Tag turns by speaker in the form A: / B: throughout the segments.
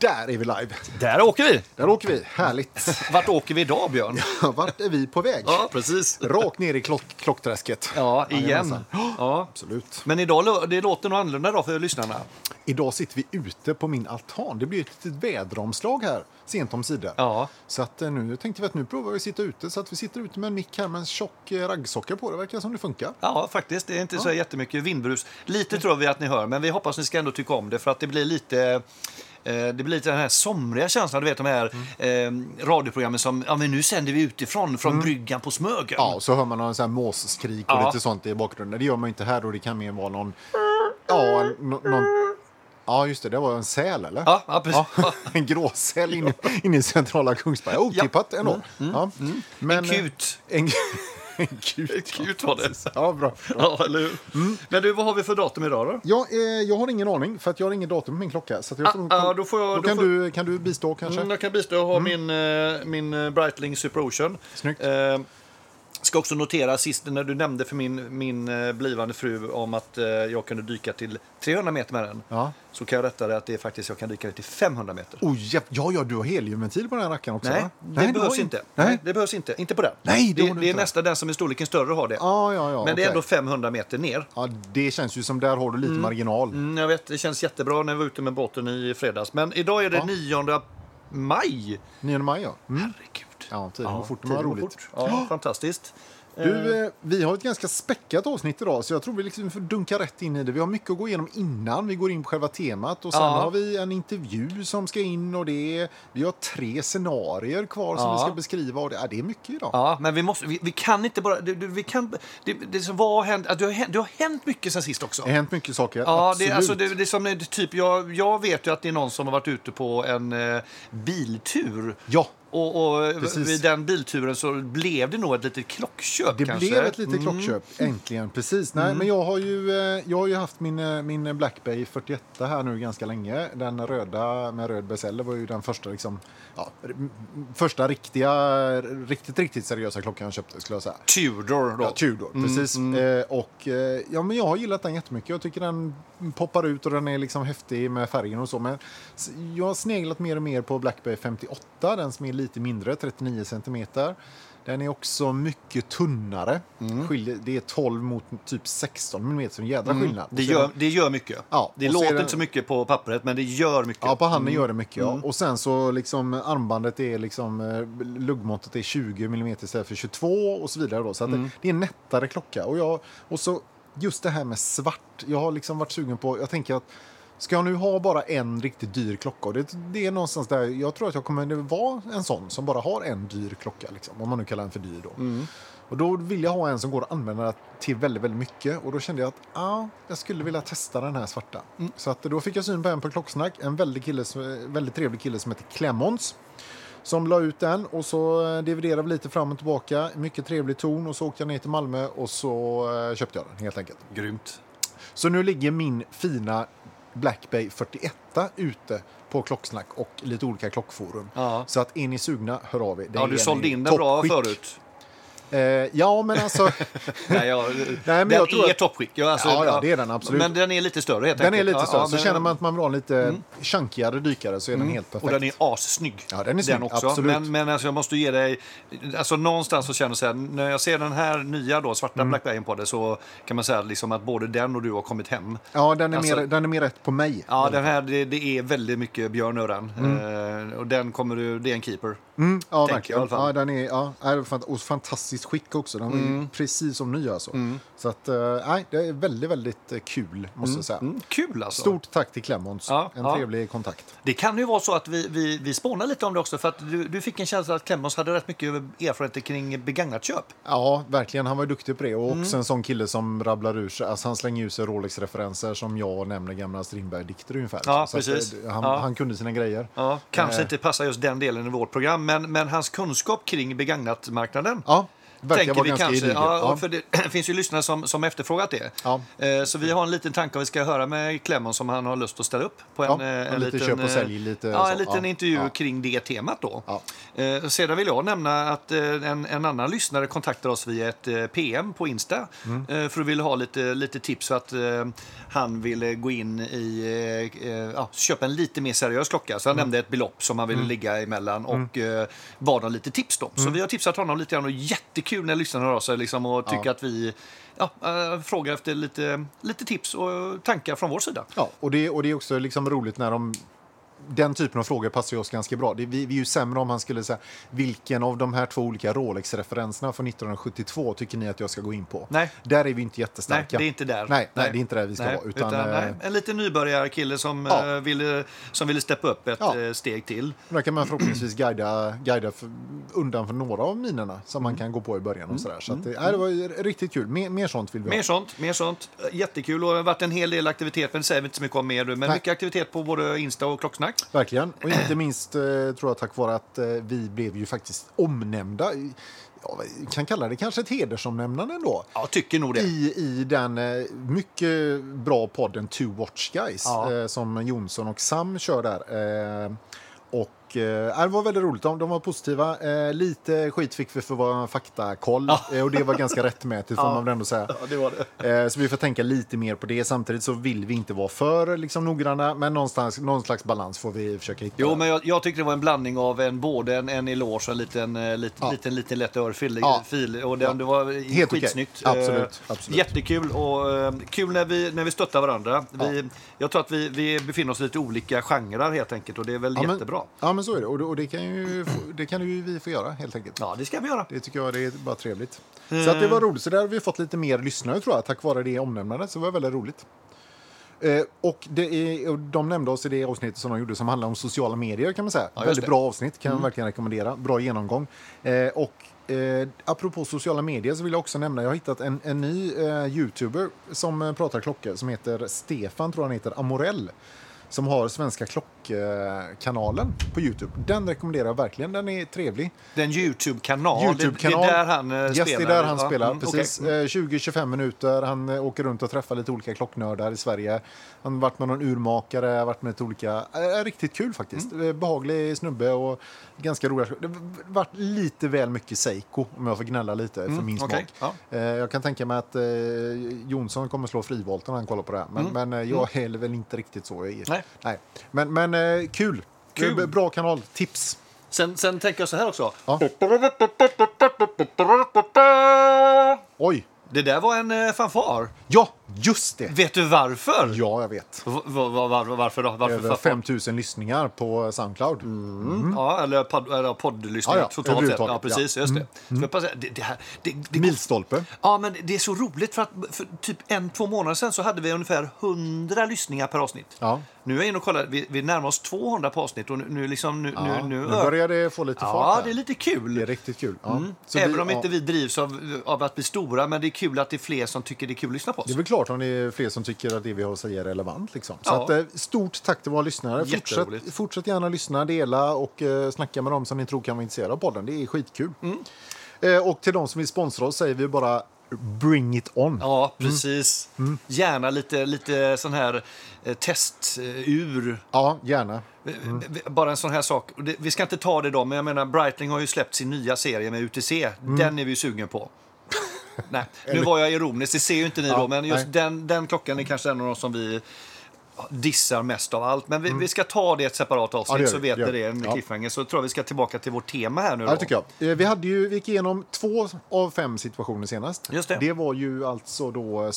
A: Där är vi live.
B: Där åker vi.
A: Där åker vi. Härligt.
B: Vart åker vi idag, Björn?
A: Ja, vart är vi på väg?
B: Ja, precis.
A: Rakt ner i klockträsket.
B: Ja, igen. Ja.
A: Absolut.
B: Men idag, det låter nog annorlunda idag för lyssnarna.
A: Idag sitter vi ute på min altan. Det blir ett litet väderomslag här, sent om sidor.
B: Ja.
A: Så att nu tänkte vi att nu provar vi att sitta ute. Så att vi sitter ute med en mick här med en tjock raggsocker på. Det verkar som det funkar.
B: Ja, faktiskt. Det är inte så jättemycket vindbrus. Lite tror vi att ni hör, men vi hoppas ni ska ändå tycka om det. För att det blir lite... Det blir lite den här somriga känslan, du vet de här radioprogrammen som, ja men nu sänder vi utifrån, från bryggan på Smögen.
A: Ja, och så hör man någon sån här måsskrik och lite sånt i bakgrunden. Det gör man inte här och det kan mer vara någon... Ja, ja, just det var en säl, eller?
B: Ja, precis.
A: Ja, en gråsäl inne i centrala Kungsberg. Otippat ändå. Ja. Men,
B: en kut.
A: En
B: Kut var det.
A: Ja, bra.
B: Ja, eller hur? Men du, vad har vi för datum idag då?
A: Ja, jag har ingen aning, för att jag har ingen datum på min klocka. Så att kan du bistå kanske?
B: Jag kan bistå. Jag har min Breitling Super Ocean.
A: Snyggt.
B: Ska också notera sist när du nämnde för min blivande fru om att jag kunde dyka till 300 meter med den.
A: Ja.
B: Så kan jag rätta det att det är faktiskt jag kan dyka till 500 meter.
A: Ja, du har heliumventil på den här rackaren också.
B: Nej, det behövs inte. Nej, det behövs inte. Inte på den.
A: Nej,
B: det är nästan den som är storleken större har det.
A: Ja,
B: men det är ändå 500 meter ner.
A: Ja, det känns ju som där har du lite marginal.
B: Jag vet, det känns jättebra när jag var ute med båten i fredags. Men idag är det 9 maj.
A: 9 maj, ja.
B: Herregud.
A: Ja, tiden går fort. Det var roligt.
B: Ja, fantastiskt.
A: Du, vi har ett ganska späckat avsnitt idag, så jag tror vi liksom får dunka rätt in i det. Vi har mycket att gå igenom innan vi går in på själva temat. Och sen har vi en intervju som ska in och vi har 3 scenarier kvar som vi ska beskriva. Och det är mycket idag.
B: Ja, men vi kan inte bara... Det som har hänt, det har hänt mycket sen sist också.
A: Det har hänt mycket saker,
B: ja,
A: absolut.
B: Det är som typ, jag vet ju att det är någon som har varit ute på en biltur.
A: Ja.
B: Och vid den bilturen så blev det nog ett litet klockköp.
A: Det
B: kanske.
A: blev ett litet klockköp, äntligen. Precis. Nej, men jag har ju haft min Black Bay 41 här nu ganska länge. Den röda med röd bezel var ju den första första riktigt seriösa klockan jag köpte, skulle jag säga.
B: Tudor då.
A: Ja, Tudor, precis. Men jag har gillat den jättemycket. Jag tycker den poppar ut och den är liksom häftig med färgen och så. Men jag har sneglat mer och mer på Black Bay 58, den som är lite mindre, 39 centimeter. Den är också mycket tunnare. Det är 12 mot typ 16 mm, så en jädra skillnad.
B: Det gör mycket. Ja, det låter inte så mycket på pappret, men det gör mycket.
A: Ja, på handen gör det mycket. Ja. Och sen så liksom armbandet är liksom luggmåttet är 20 mm istället för 22 och så vidare då. Så att det är en nättare klocka. Och så just det här med svart. Jag har liksom varit sugen på, jag tänker att ska jag nu ha bara en riktigt dyr klocka? Och det är någonstans där, jag tror att jag kommer vara en sån som bara har en dyr klocka, liksom, om man nu kallar den för dyr då. Och då vill jag ha en som går att använda till väldigt, väldigt mycket. Och då kände jag att jag skulle vilja testa den här svarta. Så att då fick jag syn på en på Klocksnack. En väldigt trevlig kille som heter Clemons, som la ut den, och så dividerade vi lite fram och tillbaka. Mycket trevlig ton, och så åkte jag ner till Malmö och så köpte jag den helt enkelt.
B: Grymt.
A: Så nu ligger min fina Black Bay 41 ute på Klocksnack och lite olika klockforum. Ja. Så att är ni sugna, hör av er.
B: Du sålde in den bra förut.
A: Ja, men alltså...
B: Nej,
A: men
B: den
A: jag tror
B: är toppskick.
A: Ja, det är den absolut.
B: Men den är lite större helt
A: enkelt. Den är lite större.
B: Ja,
A: så känner man att man vill ha en lite chunkigare dykare, så är den helt perfekt.
B: Och den är assnygg.
A: Ja, den är snygg,
B: också.
A: Absolut.
B: Men alltså, jag måste ge dig... Alltså någonstans så känner jag så här, när jag ser den här nya då, svarta Black Bayen på det, så kan man säga liksom att både den och du har kommit hem. Ja, den är mer rätt på mig. Ja, den här, det är väldigt mycket Björn Öran. Och den det är en keeper.
A: Ja, verkligen. Ja, den är fantastiskt skick också. Den är precis som ny alltså. Så att, det är väldigt, väldigt kul, måste jag säga.
B: Kul alltså.
A: Stort tack till Clemons. En trevlig kontakt.
B: Det kan ju vara så att vi spånar lite om det också, för att du fick en känsla att Clemons hade rätt mycket erfarenheter kring begagnat köp. Ja, verkligen. Han var duktig på det. Och också en sån kille som rabblar ur sig. Alltså, han slänger ut sig Rolex-referenser som jag nämner gamla Strindberg-dikter ungefär. Ja,
A: så
B: precis.
A: Han kunde sina grejer.
B: Ja, kanske inte passar just den delen i vårt program, men hans kunskap kring begagnat-marknaden
A: verkar vara ganska
B: kanske,
A: gediget.
B: ja, för det finns ju lyssnare som efterfrågat det.
A: Ja.
B: Så vi har en liten tanke om vi ska höra med Clemon som han har lust att ställa upp på en
A: lite
B: liten,
A: köp och sälj. Lite
B: en liten intervju kring det temat då. Ja. Sedan vill jag nämna att en annan lyssnare kontaktade oss via ett PM på Insta för att vilja ha lite tips för att han ville gå in i köpa en lite mer seriös klocka. Så han nämnde ett belopp som han ville ligga emellan och bad om lite tips då. Så vi har tipsat honom lite grann och jättekul när lyssnarna hör oss liksom, och tycker att vi frågar efter lite tips och tankar från vår sida. Ja,
A: och det är också liksom roligt när den typen av frågor passar ju oss ganska bra. Vi är ju sämre om han skulle säga vilken av de här 2 olika Rolex-referenserna från 1972 tycker ni att jag ska gå in på?
B: Nej.
A: Där är vi inte jättestarka.
B: Nej, det är inte där.
A: Nej, det är inte där vi ska vara. Utan
B: en liten nybörjarkille som ville steppa upp ett steg till.
A: Där kan man förhoppningsvis guida undan för några av minerna som man kan gå på i början och sådär. Så att, det var riktigt kul. Mer sånt vill vi ha.
B: Mer sånt. Jättekul och det har varit en hel del aktivitet, men det säger vi inte så mycket om mer. Men mycket aktivitet på både Insta och Klocksnack.
A: Verkligen. Och inte minst tror jag tack vare att vi blev ju faktiskt omnämnda. Jag kan kalla det kanske ett hedersomnämnande ändå.
B: Ja, tycker nog det.
A: I den mycket bra podden Two Watch Guys som Jonsson och Sam kör där. Det var väldigt roligt. De var positiva. Lite skit fick vi för vår faktakoll. Och det var ganska rättmätigt får man väl ändå säga.
B: Ja, det var det.
A: Så vi får tänka lite mer på det. Samtidigt så vill vi inte vara för liksom, noggranna. Men någon slags balans får vi försöka hitta.
B: Jo, men jag tyckte det var en blandning av både en eloge och en liten lätt örfil. Och det var
A: helt
B: skitsnyggt.
A: Okay. Absolut.
B: Jättekul och kul när vi stöttar varandra. Jag tror att vi befinner oss i lite olika genrer helt enkelt. Och det är väl jättebra.
A: Men så är det. Och det kan ju vi få göra helt enkelt.
B: Ja, det ska vi göra.
A: Det tycker jag det är bara trevligt. Så att det var roligt. Så där har vi fått lite mer lyssnare tror jag. Tack vare det omnämnandet. Så det var väldigt roligt. Och de nämnde oss i det avsnittet som de gjorde som handlar om sociala medier kan man säga. Väldigt bra avsnitt kan jag verkligen rekommendera. Bra genomgång. Apropå sociala medier så vill jag också nämna jag har hittat en ny YouTuber som pratar klockor som heter Stefan, tror han heter, Amorell. Som har Svenska klockkanalen på YouTube. Den rekommenderar jag verkligen. Den är trevlig.
B: Den YouTube-kanal. Det är där han spelar.
A: Det är där han spelar. Precis. 20-25 minuter. Han åker runt och träffar lite olika klocknördar i Sverige. Han har varit med någon urmakare. Varit med lite olika... riktigt kul faktiskt. Behaglig snubbe och ganska rolig. Det har varit lite väl mycket Seiko om jag får gnälla lite för min smak. Ja. Jag kan tänka mig att Jonsson kommer slå frivolten när han kollar på det här. Men jag är väl inte riktigt så. Nej. Men kul. Bra kanal. Tips.
B: Sen tänker jag så här också.
A: Ja. Oj.
B: Det där var en fanfar.
A: Ja, just det.
B: Vet du varför?
A: Ja, jag vet.
B: Varför då? Varför
A: över 5000 lyssningar på Soundcloud.
B: Ja, eller poddlyssningar totalt sett. Ja, precis. Just det.
A: Milstolpe.
B: Ja, men det är så roligt för typ 1-2 månader sedan så hade vi ungefär 100 lyssningar per avsnitt. Ja. Nu är jag inne och kollar, vi närmar oss 200 på avsnitt och nu
A: börjar det få lite fart.
B: Ja, det är lite kul.
A: Det är riktigt kul. Ja.
B: Så även om inte vi drivs av att bli stora, men det är kul att det är fler som tycker det är kul att lyssna på oss.
A: Det är väl klart om det är fler som tycker att det vi har att säga är relevant. Liksom. Så att, stort tack till våra lyssnare. Fortsätt gärna lyssna, dela och snacka med dem som ni tror kan vara intresserade av podden. Det är skitkul. Och till de som vill sponsra oss säger vi bara bring it on.
B: Ja, precis. Gärna lite sån här testur.
A: Ja, gärna.
B: Bara en sån här sak. Vi ska inte ta det då, men jag menar Breitling har ju släppt sin nya serie med UTC. Den är vi sugen på. Nej, nu var jag ironisk, det ser ju inte ni då, men just den klockan är kanske en av de som vi dissar mest av allt. Men vi ska ta det ett separat avsnitt så vet det en cliffhanger. Så tror jag vi ska tillbaka till vårt tema här nu då.
A: Ja, tycker jag. Vi gick igenom 2 av 5 situationer senast.
B: Just det.
A: Det var ju alltså då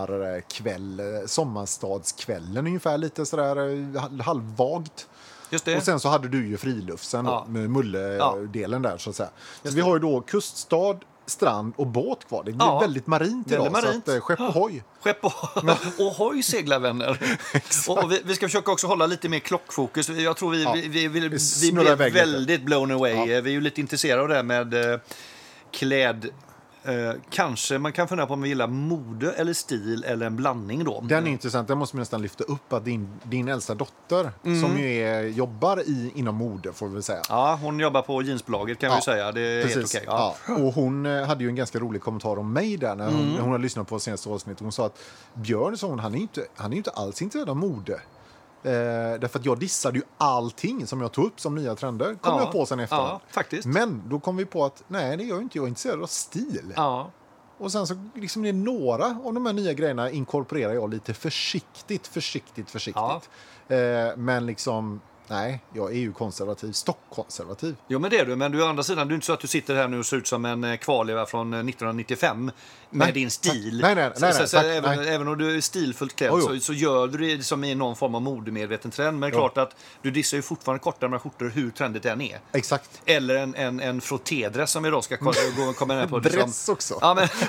A: sommarstadskvällen ungefär, lite sådär halvvagt.
B: Just det.
A: Och sen så hade du ju friluften med Mulle-delen där så att säga. Så vi har ju då kuststad, strand och båt kvar. Det blir väldigt marint idag.
B: Marint.
A: Så att, skepp och hoj.
B: Skepp och hoj seglar, vänner. Och vi ska försöka också hålla lite mer klockfokus. Jag tror vi blev väldigt blown away. Vi är ju lite intresserade av det med Kanske man kan fundera på om vi gillar mode eller stil eller en blandning då.
A: Den är intressant. Den måste man nästan lyfta upp att din äldsta dotter som ju jobbar inom mode får vi väl säga.
B: Ja, hon jobbar på jeansbolaget kan vi säga. Det är helt okej.
A: Ja. Och hon hade ju en ganska rolig kommentar om mig där när hon hade lyssnat på senaste avsnitt. Hon sa att Björn, så han är inte alls intresserad av mode. Därför att jag dissade ju allting som jag tog upp som nya trender. Kom jag på sen efter.
B: Ja, faktiskt.
A: Men då kom vi på att nej, det gör jag inte. Jag är intresserad av stil.
B: Ja.
A: Och sen så liksom det är några av de här nya grejerna inkorporerar jag lite försiktigt. Ja. Men liksom, nej, jag är ju konservativ, stockkonservativ.
B: Jo, men det är du. Men du å andra sidan, du är inte så att du sitter här nu och ser ut som en kvarleva från 1995 med din stil.
A: Nej.
B: Även om du är stilfullt klädd så gör du det som i någon form av modemedveten trend. Men det är klart att du dissar ju fortfarande kortare skjortor hur trendigt än är.
A: Exakt.
B: Eller en frottédress som vi då ska komma ner på.
A: Dress också.
B: Ja, men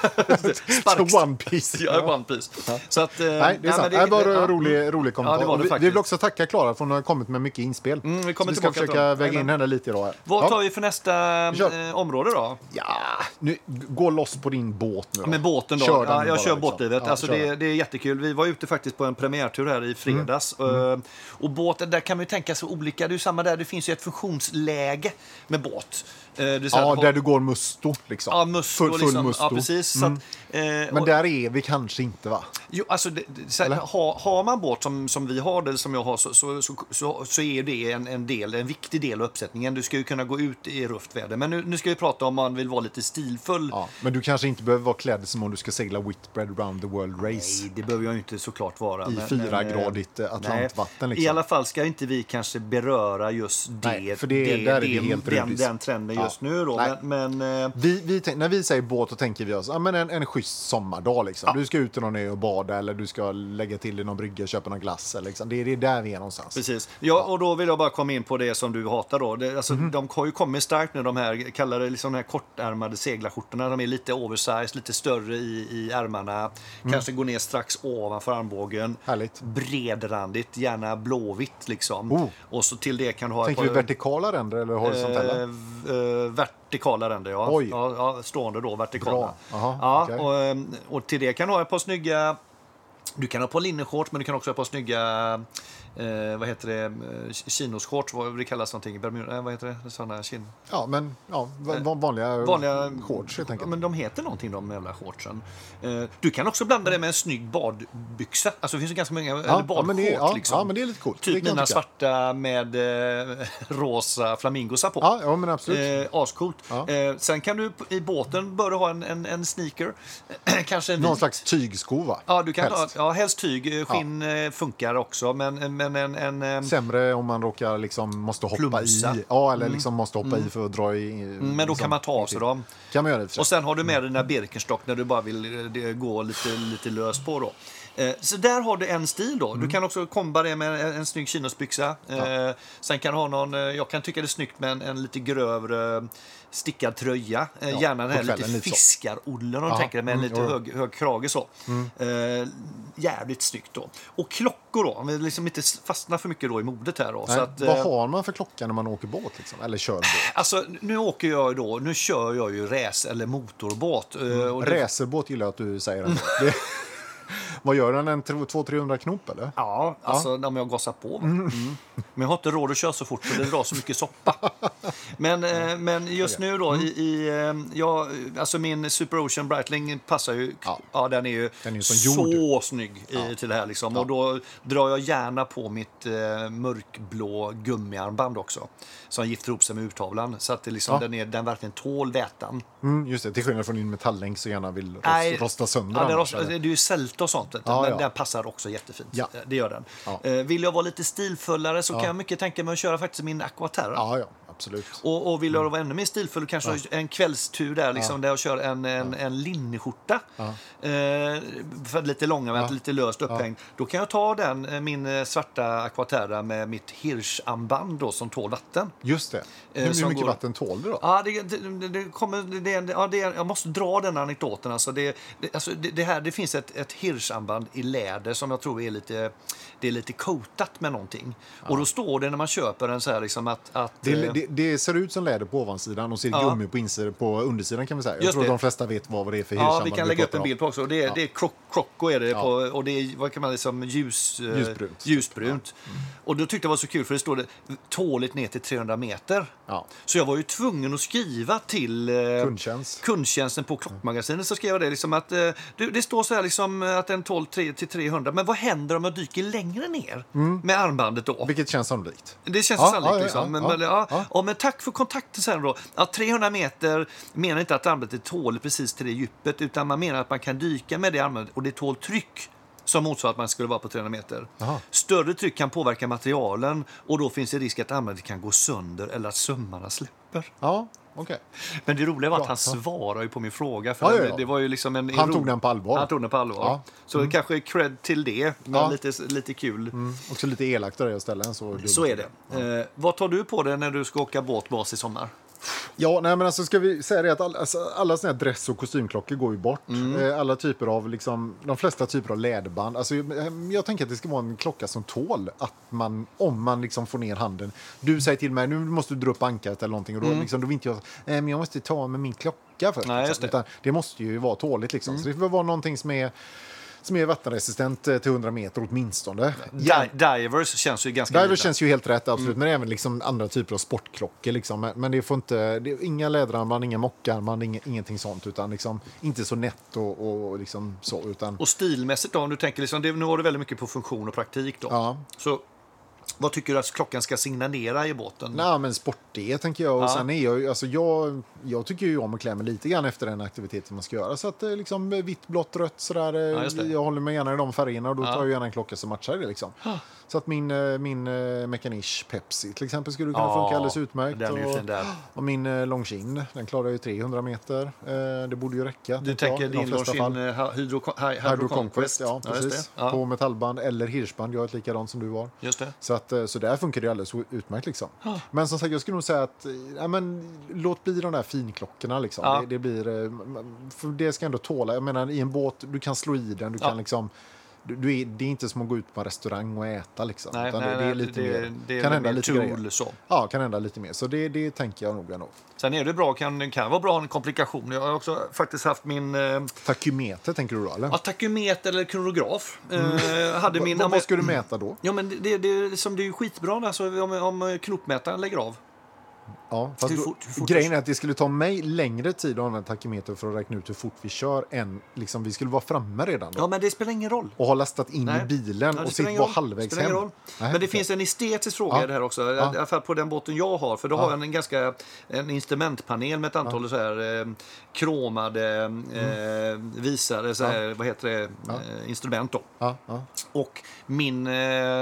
A: One Piece.
B: Ja, One Piece. Så att,
A: nej, det är sant. Det var en rolig kommentar.
B: Ja, det
A: vi vill också tacka Klara för hon har kommit med mycket inspel.
B: Vi
A: ska försöka väga in henne lite idag.
B: Vad tar vi för nästa område då?
A: Ja, nu gå loss på din båt nu då.
B: Med båten då. Jag kör båtlivet. Ja, alltså det är jättekul. Vi var ute faktiskt på en premiärtur här i fredags. Och båten, där kan man ju tänka sig olika. Det är ju samma där. Det finns ju ett funktionsläge med båt.
A: Där du går musto liksom.
B: Ja, musto.
A: Full
B: liksom.
A: musto.
B: Ja, precis. Så att,
A: men där är vi kanske inte, va?
B: Jo, alltså har man båt som vi har eller som jag har så är det en viktig del av uppsättningen. Du ska ju kunna gå ut i rufft väder. Men nu ska vi prata om man vill vara lite stilfull.
A: Ja, men du kanske inte behöver vara klädd som om du ska segla Whitbread around the world race.
B: Nej, det behöver jag inte såklart vara.
A: I 4-gradigt Atlantvatten liksom.
B: I alla fall ska inte vi kanske beröra just det.
A: Nej, för den
B: trenden just nu då. Men
A: när vi säger båt, då tänker vi oss en schysst sommardag liksom. Du ska ut till någon ö och bada eller du ska lägga till i någon brygga och köpa någon glass eller, liksom. Det är där vi är någonstans.
B: Precis. Ja, och då vill jag bara komma in på det som du hatar då. De har ju kommit starkt nu, de här kallar det liksom de här kortärmade seglarskjortorna. De är lite oversized, lite större i ärmarna. Kanske går ner strax ovanför armbågen.
A: Härligt.
B: Bredrandigt, gärna blåvitt liksom. Och så till det kan du ha
A: tänker vi vertikala ränder eller horisontella?
B: Vertikala ränder, ja.
A: Oj.
B: Ja, stående då, vertikala.
A: Aha,
B: okay. Och till det kan du ha ett par snygga. Du kan ha på linneshorts, men du kan också ha på snygga chinosshorts, vad det kallas någonting, Bermuda, vad heter det, sådana
A: vanliga shorts helt enkelt.
B: Men de heter någonting, de jävla shortsen. Du kan också blanda det med en snygg badbyxa. Alltså det finns ju ganska många badshorts liksom.
A: Ja, men det är lite coolt.
B: Typ mina svarta med rosa flamingosar på.
A: Ja, men absolut.
B: Ascoolt. Ja. Sen kan du i båten börja ha en sneaker. Kanske
A: någon slags tygsko, va?
B: Ja, du kan helst tyg. Skinn funkar också, men
A: sämre om man råkar liksom måste hoppa
B: plumsa.
A: I. Ja, eller liksom måste hoppa i för att dra i.
B: Men då kan man ta sig dem.
A: Kan man göra det.
B: Och sen har du med dina Birkenstock när du bara vill gå lite lös på då. Så där har du en stil då. Du kan också komba det med en snygg chinosbyxa. Sen kan du ha någon, jag kan tycka det är snyggt med en lite grövre stickad tröja. Gärna den här lite fiskarollen om du tänker med en lite hög krage så. Jävligt snyggt då. Och klockor då. Om vi liksom inte fastnar för mycket då i modet här då.
A: Nej,
B: så att,
A: vad har man för klocka när man åker båt liksom? Eller kör båt?
B: Alltså nu kör jag ju race eller motorbåt.
A: Racerbåt gillar jag att du säger det. Vad gör den? En 200-300 knop eller?
B: Ja, alltså om jag gasar på. Men jag har inte råd att köra så fort för det drar så mycket soppa. Men just nu då alltså min Super Ocean Breitling passar ju. Ja, den är ju så snygg till det här liksom. Och då drar jag gärna på mitt mörkblå gummiarmband också. Som gifter ihop sig med urtavlan så att det liksom den verkligen tål vätan.
A: Just det, till skillnad från din metalllänk så gärna vill rosta sönder.
B: Det är ju sälta och sånt. Den passar också jättefint. Ja. Det gör den. Vill jag vara lite stilfullare så kan jag mycket tänka mig att köra faktiskt min Aquaterra.
A: Ja, absolut.
B: Och vill jag vara ännu mer stilfull kanske en kvällstur där liksom, där jag kör en linneskjorta. För lite långa, lite löst upphängd. Då kan jag ta min svarta Aquaterra med mitt hirscharmband då som tål vatten.
A: Just det. Hur mycket vatten tål det då?
B: Ja, jag måste dra den anekdoten. Alltså det finns ett hirscharmband skyddsanband i läder som jag tror är lite coatat med någonting. Ja. Och då står det när man köper den så här liksom att
A: det ser ut som läder på ovansidan och ser gummi på undersidan kan vi säga. Jag tror att de flesta vet vad det är för hyrsamband.
B: Ja, vi kan lägga upp en bild på också. Det är Crocco är det på, och det är vad kan man liksom ljusbrunt. Och då tyckte jag det var så kul för det står det tåligt ner till 300 meter. Ja. Så jag var ju tvungen att skriva till kundtjänsten på klockmagasinet, så skrev jag det liksom att det står så här liksom att den tål 300, men vad händer om jag dyker längre ner med armbandet då?
A: Vilket känns sannolikt.
B: Det känns sannolikt liksom. Men tack för kontakten sen då. 300 meter menar inte att armbandet tål precis till det djupet, utan man menar att man kan dyka med det armbandet och det tål tryck som motsvarar att man skulle vara på 300 meter. Aha. Större tryck kan påverka materialen och då finns det risk att armbandet kan gå sönder eller att sömmarna släpper.
A: Ja. Okay.
B: Men det roliga var att han svarade ju på min fråga. För det var ju liksom
A: han tog den på allvar.
B: Ja. Så kanske cred till det. Men lite kul.
A: Också lite elakt där att ställa en så
B: är det. Ja. Vad tar du på dig när du ska åka båtbas i sommar?
A: Ja, nej men alltså ska vi säga det att alla såna här dress- och kostymklockor går ju bort. Alla typer av liksom, de flesta typer av läderband. Alltså jag tänker att det ska vara en klocka som tål att man, om man liksom får ner handen. Du säger till mig, nu måste du dra upp ankaret eller någonting och då liksom, då vill inte jag, men jag måste ta med min klocka först.
B: Nej, just det.
A: Utan det måste ju vara tåligt liksom. Så det får vara någonting som är vattenresistent till 100 meter åtminstone.
B: Divers känns ju ganska
A: Divers känns ju helt rätt, absolut. Men även liksom andra typer av sportklockor. Liksom. Men det får inte, inga läderarmband, inga mockarmband, ingenting sånt. Utan liksom, inte så nätt och liksom så. Utan...
B: Och stilmässigt då, om du tänker, liksom, nu har du väldigt mycket på funktion och praktik då. Ja. Så vad tycker du att klockan ska signalera i båten?
A: Nej, men sportigt tänker jag. Och sen är jag tycker ju om att klä mig lite grann efter den aktiviteten man ska göra. Så att liksom vitt, blått, rött sådär. Jag håller mig gärna i de färgerna och då tar jag gärna en klocka som matchar det liksom. Så att min Mechanish Pepsi till exempel skulle kunna funka alldeles utmärkt.
B: Den är ju fin där.
A: Och min Longines, den klarar ju 300 meter. Det borde ju räcka.
B: Du tänker din Longines Hydro Conquest?
A: Ja, precis. Ja. På metallband eller hirschband. Jag är likadant som du var.
B: Just det.
A: Så där funkar det alldeles utmärkt liksom. Men som sagt, jag skulle nog säga att låt bli de där finklockorna liksom. Det blir, för det ska ändå tåla. Jag menar, i en båt, du kan slå i den, du kan liksom... Det är inte som att gå ut på en restaurang och äta liksom.
B: Nej,
A: det är lite mer.
B: Det kan hända lite grejer. Så.
A: Ja, kan hända lite mer. Så det tänker jag nog ändå.
B: Sen är det bra, kan vara bra en komplikation. Jag har också faktiskt haft min...
A: Takymeter tänker du då, eller?
B: Ja, takymeter eller kronograf.
A: Vad ska du mäta då?
B: Ja, men det är ju skitbra alltså, om knopmätaren lägger av.
A: Ja, fast grejen är att det skulle ta mig längre tid att använda takymeter för att räkna ut hur fort vi kör än liksom, vi skulle vara framme redan då.
B: Ja, men det spelar ingen roll.
A: Och ha lastat in i bilen och sitta bara halvvägs hem.
B: Nej, men det finns en estetisk fråga i det här också. I alla fall på den båten jag har. För då har jag en instrumentpanel med ett antal så här kromade visare, så här, vad heter det, instrument då. Och min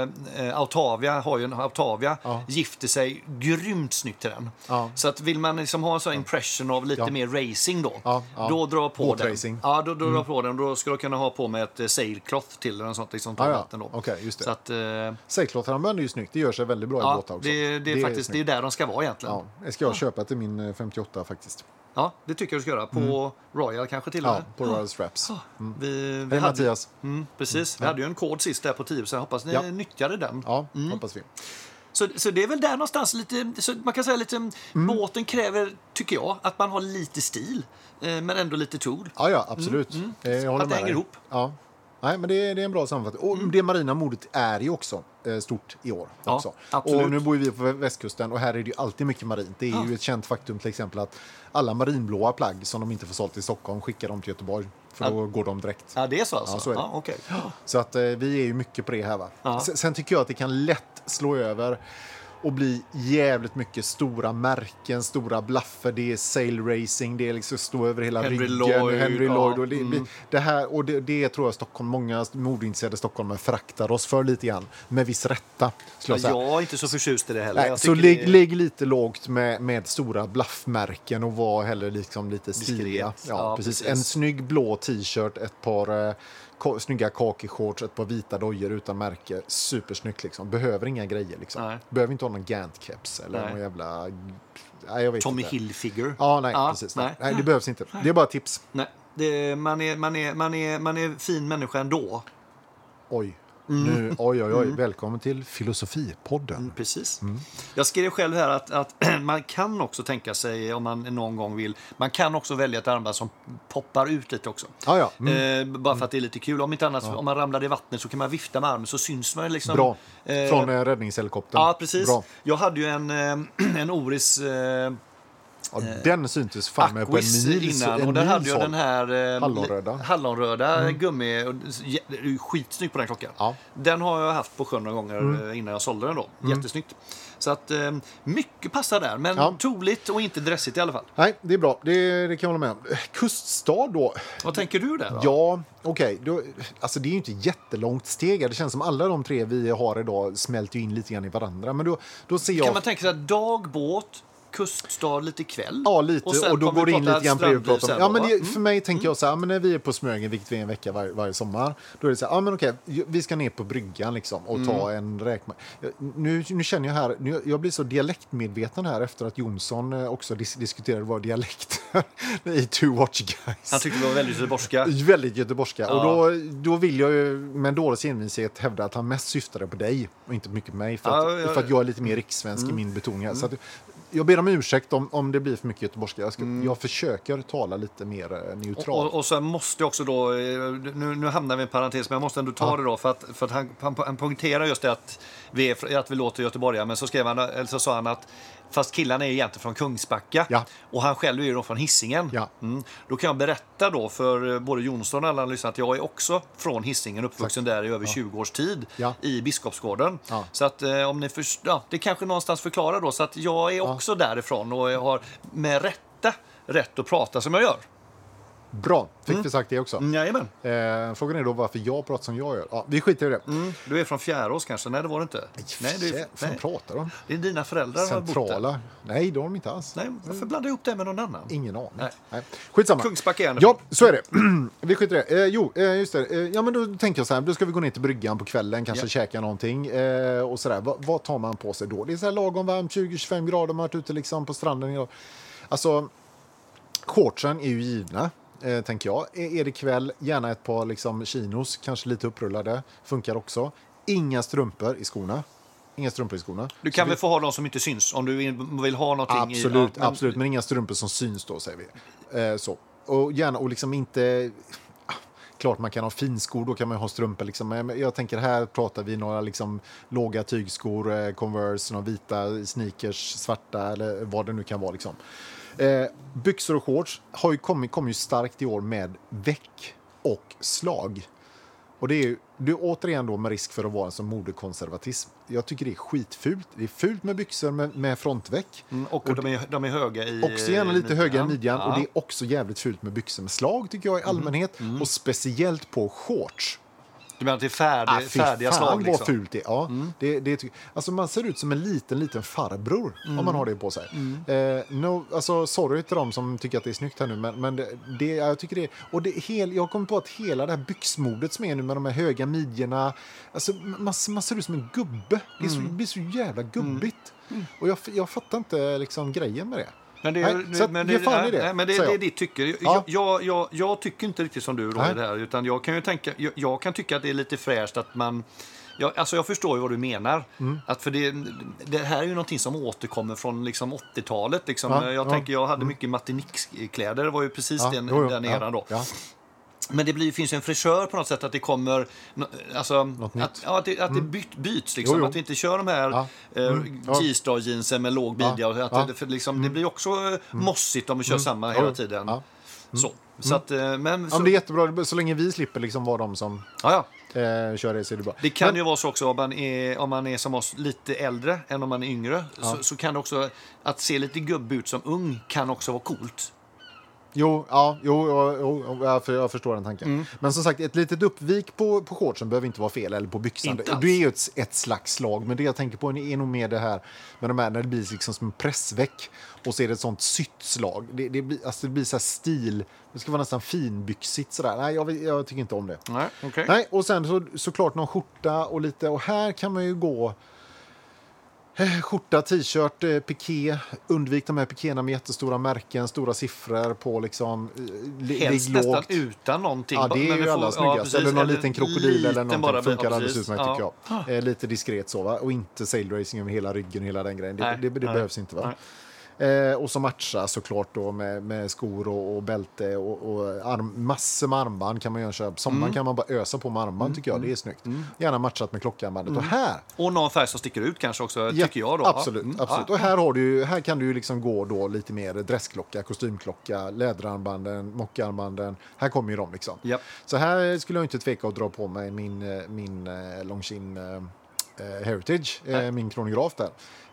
B: Autavia har ju en Autavia, gifter sig grymt snyggt till den. Så att vill man liksom ha en sån impression av lite mer racing då drar på den. Ja, då drar på den. Då skulle jag kunna ha på med ett sailcloth till den, sånt liksom på vatten då.
A: Okej, just det.
B: Så att
A: sailcloth-armband är ju snyggt. Det gör sig väldigt bra i båtar också.
B: Det är faktiskt det är där de ska vara egentligen.
A: Ja, det ska jag köpa till min 58 faktiskt.
B: Ja, det tycker jag du ska göra. På Royal kanske till och med.
A: Ja, på Royal Straps.
B: Hej
A: Mattias.
B: Precis, vi hade ju en kod sist där på 10, så jag hoppas ni nyttjade den.
A: Ja, hoppas vi.
B: Så det är väl där någonstans lite, så man kan säga lite, båten kräver, tycker jag, att man har lite stil, men ändå lite tool.
A: Ja, absolut. Jag håller
B: att det hänger ihop.
A: Ja. Nej, men det är en bra sammanfattning. Och det marina modet är ju också stort i år. Också.
B: Absolut.
A: Och nu bor vi på västkusten och här är det ju alltid mycket marint. Det är ju ett känt faktum till exempel att alla marinblåa plagg som de inte får sålt i Stockholm skickar de till Göteborg. För då går de direkt.
B: Ja, det är så alltså?
A: Ja, så är det.
B: Okay.
A: Så att vi är ju mycket på det här va. Sen tycker jag att det kan lätt slå över och bli jävligt mycket stora märken, stora blaffer, det är sail racing, det är liksom stå över hela
B: Henry
A: Lloyd och det här, och det tror jag Stockholm, många modintresserade Stockholmare fraktar oss för lite grann, med viss rätta.
B: Jag är inte så förtjust i det heller.
A: Nej, så ligg lite lågt med stora blaffmärken och var heller liksom lite stiliga. Ja, precis. En snygg blå t-shirt, ett par snygga kakishorts, ett par vita dojor utan märke. Supersnyggt liksom. Behöver inga grejer liksom. Behöver inte ha någon Gant-keps eller någon jävla... Nej, jag vet
B: Tommy
A: inte.
B: Hilfiger.
A: Ja, nej, precis. Nej, det behövs inte. Det är bara tips.
B: Nej. Man är fin människa ändå.
A: Oj. Nu, oj. Välkommen till Filosofipodden.
B: Precis. Jag skrev själv här att man kan också tänka sig, om man någon gång vill, man kan också välja ett armband som poppar ut lite också. Bara för att det är lite kul. Om inte annat, om man ramlar i vattnet så kan man vifta med armen så syns man liksom.
A: Bra. Från räddningshelikoptern.
B: Ja, precis.
A: Bra.
B: Jag hade ju en Oris...
A: den syntes fan med på en mil
B: innan. Och där hade jag den här
A: hallonröda
B: gummi. Skitsnyggt på den klockan.
A: Ja.
B: Den har jag haft på sjön några gånger innan jag sålde den då. Jättesnyggt. Så att mycket passar där. Men toligt och inte dressigt i alla fall.
A: Nej, det är bra. Det kan jag hålla med om. Kuststad då.
B: Vad tänker du där då?
A: Ja, okej. Alltså det är ju inte jättelångt steg. Det känns som alla de tre vi har idag smälter in lite grann i varandra. Men då ser jag...
B: Kan man tänka sig att dagbåt, kuststad lite kväll?
A: Ja, lite. Och då går det in lite grann på det. Ja, men för mig tänker jag så här, men när vi är på Smögen, vilket vi är en vecka varje sommar, då är det så här, ja men okej, vi ska ner på bryggan liksom och ta en räkma. Nu känner jag här, jag blir så dialektmedveten här efter att Jonsson också diskuterade vår dialekt i To Watch Guys.
B: Han tyckte det var väldigt göteborgska.
A: Väldigt göteborgska. Ja. Och då vill jag ju med en dålig envishet hävda att han mest syftade på dig och inte mycket på mig för att jag är lite mer rikssvensk i min betoning. Så att, jag ber om ursäkt om det blir för mycket göteborgska. Jag försöker tala lite mer neutralt.
B: Och så måste jag också då, nu hamnar vi i en parentes, men jag måste ändå ta det då, för att han poängterar just det att vi låter göteborgare, men så sa han att fast killarna är egentligen från Kungsbacka och han själv är ju då från Hisingen. Då kan jag berätta då för både Jonsson och alla lyssnare att jag är också från Hisingen, uppvuxen där i över 20 års tid i Biskopsgården. Så att om ni det kanske någonstans förklarar då, så att jag är också därifrån och jag har med rätt att prata som jag gör.
A: Bra, fick vi sagt det också.
B: Jajamän.
A: Frågan är då varför jag pratar som jag gör. Ja, vi skiter i det.
B: Du är från Fjärås kanske? Nej, det var det inte.
A: Nej, vad pratar de?
B: Det är dina föräldrar som har bott där.
A: Nej, det har de inte alls.
B: Nej, varför blandar jag ihop det med någon annan?
A: Ingen aning. Nej. Skitsamma.
B: Kungsbacka är
A: Ja, så är det. Vi skiter i det. Just det. Ja, men då tänker jag så här, då ska vi gå ner till bryggan på kvällen, kanske käka någonting och sådär. Vad tar man på sig då? Det är så här lagom varmt, 20-25 grader, man har varit ute liksom på stranden. Alltså, shortsen är ju givna. Tänker jag. Är det kväll, gärna ett par liksom chinos, kanske lite upprullade, funkar också. Inga strumpor i skorna. Du
B: kan väl få ha dem som inte syns om du vill ha någonting
A: absolut, men inga strumpor som syns då, säger vi. Så. Och gärna, och liksom inte... Klart man kan ha finskor, då kan man ha strumpor liksom. Men jag tänker, här pratar vi några liksom låga tygskor, Converse, några vita sneakers, svarta eller vad det nu kan vara liksom. Byxor och shorts kommer ju starkt i år med väck och slag. Och det är återigen då med risk för att vara en som modekonservatism. Jag tycker det är skitfult. Det är fult med byxor med frontväck.
B: Och de är höga i...
A: Också gärna lite höga i midjan. Och det är också jävligt fult med byxor med slag, tycker jag, i allmänhet. Och speciellt på shorts.
B: Du menar att det är färdiga slag?
A: Liksom. Vad fult det är. Ja, alltså man ser ut som en liten farbror om man har det på sig. Alltså, sorry till dem som tycker att det är snyggt här nu, men jag tycker det. Och jag kommer på att hela det här byxmodet som är nu med de här höga midjorna, alltså man ser ut som en gubbe. Det blir så jävla gubbigt. Och jag fattar inte liksom grejen med det.
B: Men det är ditt tycker. Jag tycker inte riktigt som du, Roy, det här, utan jag kan tycka att det är lite fräscht att man... jag förstår ju vad du menar. Att för det här är ju någonting som återkommer från liksom 80-talet. Liksom. Jag hade mycket Martinique-kläder. Det var ju precis den eran då. Ja. Men det finns en fräschör på något sätt att det kommer att det byts liksom, att vi inte kör de här G-star-jeansen med låg midja det blir också mossigt om vi kör samma hela tiden. Så att,
A: det är jättebra så länge vi slipper liksom vara de som kör det, så är det bra.
B: Det kan ju vara så också om man är som oss lite äldre än om man är yngre, så kan det också, att se lite gubb ut som ung kan också vara coolt.
A: Jag förstår den tanken. Men som sagt, ett litet uppvik på shortsen behöver inte vara fel, eller på byxan. Det är ju ett slags slag, men det jag tänker på är nog mer det här med de här, när det blir liksom som en pressväck och så är det ett sånt syttslag. Det blir så här stil, det ska vara nästan finbyxigt sådär. Nej, jag tycker inte om det.
B: Nej, okay.
A: Nej, och sen såklart någon skjorta och lite, och här kan man ju gå... Skjorta, t-shirt, piké. Undvik de här pikéerna med jättestora märken, stora siffror på liksom...
B: Helst nästan utan någonting.
A: Ja, det är ju alla snyggast. Eller någon liten krokodil eller någonting funkar alldeles utmärkt tycker jag. Lite diskret så, va? Och inte sail racing över hela ryggen och hela den grejen. Det behövs inte, va? Och så matcha såklart då med skor och bälte och massor med armband kan man göra köpa. Sommaren kan man bara ösa på med armband tycker jag, det är snyggt. Gärna matchat med klockarmbandet. Och
B: någon färg som sticker ut kanske också, tycker jag då.
A: Absolut. Och här kan du liksom gå då lite mer dressklocka, kostymklocka, läderarmbanden, mockarmbanden. Här kommer ju de liksom.
B: Yep.
A: Så här skulle jag inte tveka att dra på mig min Longines Heritage, min kronograf där.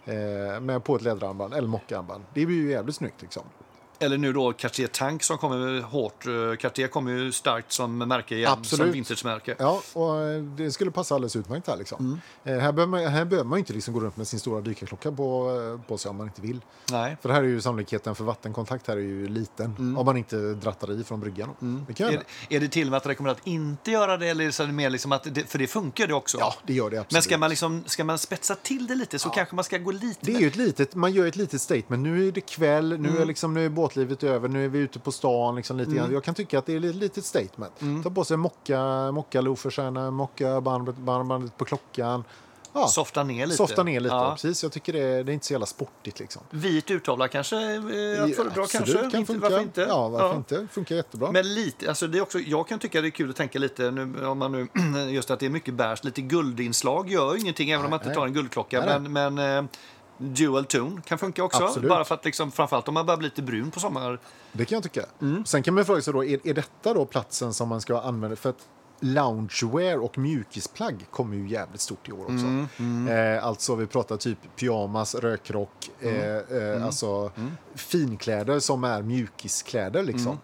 A: Med på ett läderarmband eller mockarmband. Det blir ju jävligt snyggt liksom.
B: Eller nu då Cartier Tank som kommer hårt. Cartier kommer ju starkt som märke igen. Absolut. Som vintagemärke.
A: Ja, och det skulle passa alldeles utmärkt här liksom. Här behöver man ju inte liksom gå runt med sin stora dykarklocka på sig om man inte vill.
B: Nej.
A: För här är ju sannolikheten för vattenkontakt här är ju liten. Om man inte drattar i från bryggan.
B: Är det till och med att rekommendera att inte göra det, eller är det mer liksom att för det funkar det också?
A: Ja, det gör det absolut.
B: Men ska man spetsa till det lite så kanske man ska gå lite...
A: Det är ju man gör ett litet statement. Nu är det kväll, nu är båtlivet över, nu är vi ute på stan liksom lite grann. Jag kan tycka att det är ett litet statement. Ta på sig mocka-lofersarna, mocka-bandet på klockan. Ja.
B: Softa ner lite.
A: Ja. Precis. Jag tycker det är inte så jävla sportigt liksom.
B: Vit urtavla kanske att föredra kanske.
A: Kan funka.
B: Varför inte?
A: Ja, varför inte? Funkar jättebra.
B: Men lite, alltså det är också, jag kan tycka det är kul att tänka lite nu, om man nu just att det är mycket bärs, lite guldinslag gör ingenting även om man inte tar en guldklocka, men dual tone kan funka också.
A: Absolut.
B: Bara för att liksom, framförallt om man börjar bli lite brun på sommar.
A: Det kan jag tycka. Sen kan man fråga sig då, är detta då platsen som man ska använda för att loungewear och mjukisplagg kommer ju jävligt stort i år också. Alltså vi pratar typ pyjamas, rökrock, alltså finkläder som är mjukiskläder liksom.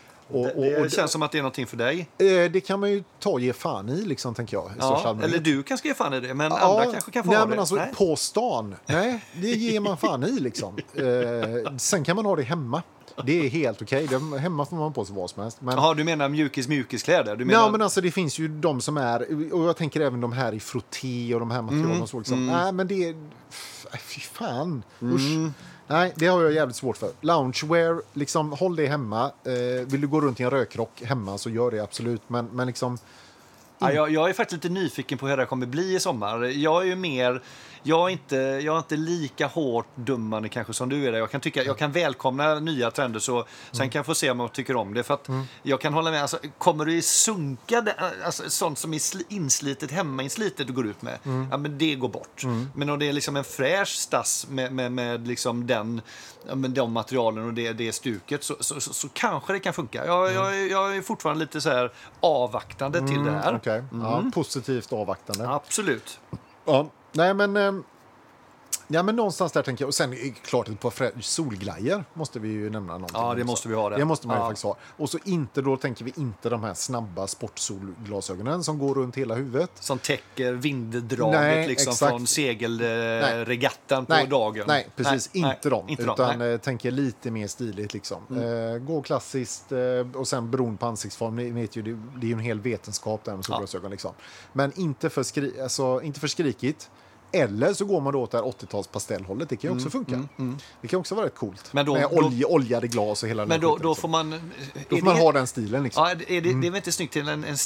B: Det känns som att det är någonting för dig.
A: Det kan man ju ta och ge fan i liksom, tänker jag.
B: Eller du kan ge fan i det, men andra kanske kan få ha det.
A: Men alltså, på stan, det ger man fan i liksom. Sen kan man ha det hemma. Det är helt okej. Hemma får man på sig vad som helst.
B: Men... du menar mjukiskläder?
A: Ja, men alltså det finns ju de som är... Och jag tänker även de här i frotté och de här materialen och så. Liksom. Nej, men det är... Fy fan. Usch. Nej, det har jag jävligt svårt för. Loungewear, liksom, håll det hemma. Vill du gå runt i en rökrock hemma så gör det absolut. Men liksom...
B: Ja, jag är faktiskt lite nyfiken på hur det kommer bli i sommar. Jag är inte lika hårt dummande kanske som du är där. Jag kan välkomna nya trender sen kan jag få se om jag tycker om det. För att jag kan hålla med, alltså, kommer du i sunka, alltså, sånt som är inslitet, hemmainslitet du går ut med, ja, men det går bort. Men om det är liksom en fräsch stass med liksom de materialen och det stuket så kanske det kan funka. Jag är fortfarande lite så här avvaktande till det här.
A: Okay. Ja, positivt avvaktande.
B: Absolut.
A: Ja, nej men... Ja, men någonstans där tänker jag. Och sen är det klart ett par solglajer måste vi ju nämna någonting.
B: Ja, det måste vi ha det.
A: Det måste man ju faktiskt ha. Och så då tänker vi inte de här snabba sportsolglasögonen som går runt hela huvudet.
B: Som täcker vinddraget liksom från segelregattan på dagen.
A: Nej, precis. Inte de. Utan tänker lite mer stiligt liksom. Gå klassiskt och sen beroende på ansiktsform. Ni vet ju, det är ju en hel vetenskap där med solglasögon liksom. Men inte för skrikigt. Eller så går man då åt det här 80-tals pastellhållet. Det kan ju också funka. Det kan också vara rätt coolt. Men med oljade glas och hela den
B: men då
A: liksom.
B: får man...
A: Då får man ha den stilen liksom.
B: Ja, det är väl inte snyggt till en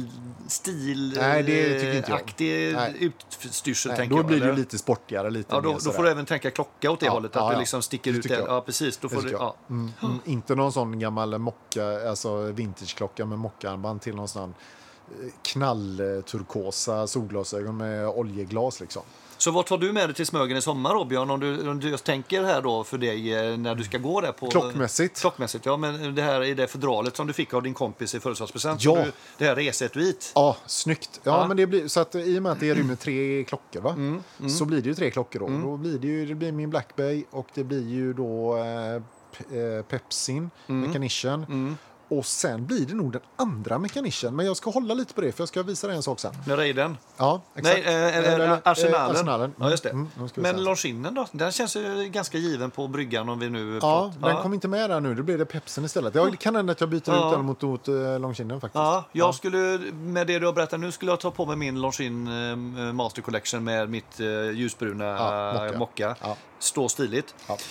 B: stilaktig utstyrsel, tänker jag.
A: Då blir det ju lite sportigare. Lite
B: då får du även tänka klocka åt det hållet. Att det liksom sticker ut. Ja, precis. Då får du,
A: inte någon sån gammal mocka, alltså vintageklocka med mockarmband till någon sån knallturkosa solglasögon med oljeglas liksom.
B: Så vad tar du med dig till Smögen i sommar då, Björn? Om du just tänker här då för dig när du ska gå där på...
A: Klockmässigt,
B: ja. Men det här är det fodralet som du fick av din kompis i födelsedagspresent. Ja. Det här resetuit.
A: Ja, snyggt. Ja, men det blir så att i och med att det rymmer 3 klockor, va? Så blir det ju 3 klockor då. Då blir det blir min Black Bay och det blir ju då Pepsin, Mechanician. Och sen blir det nog den andra mekanischen. Men jag ska hålla lite på det, för jag ska visa dig en sak sen.
B: Raiden?
A: Ja, exakt.
B: Nej, Arsenalen.
A: Ja,
B: just det. Men Longinen då? Den känns ju ganska given på bryggan om vi nu...
A: Ja, den kom inte med där nu. Då blir det Pepsin istället. Jag kan hända att jag byter ut den mot Longinen faktiskt.
B: Ja, jag skulle, med det du har berättat nu, skulle jag ta på mig min Longin Master Collection med mitt ljusbruna mocka. Ja. Stå stiligt.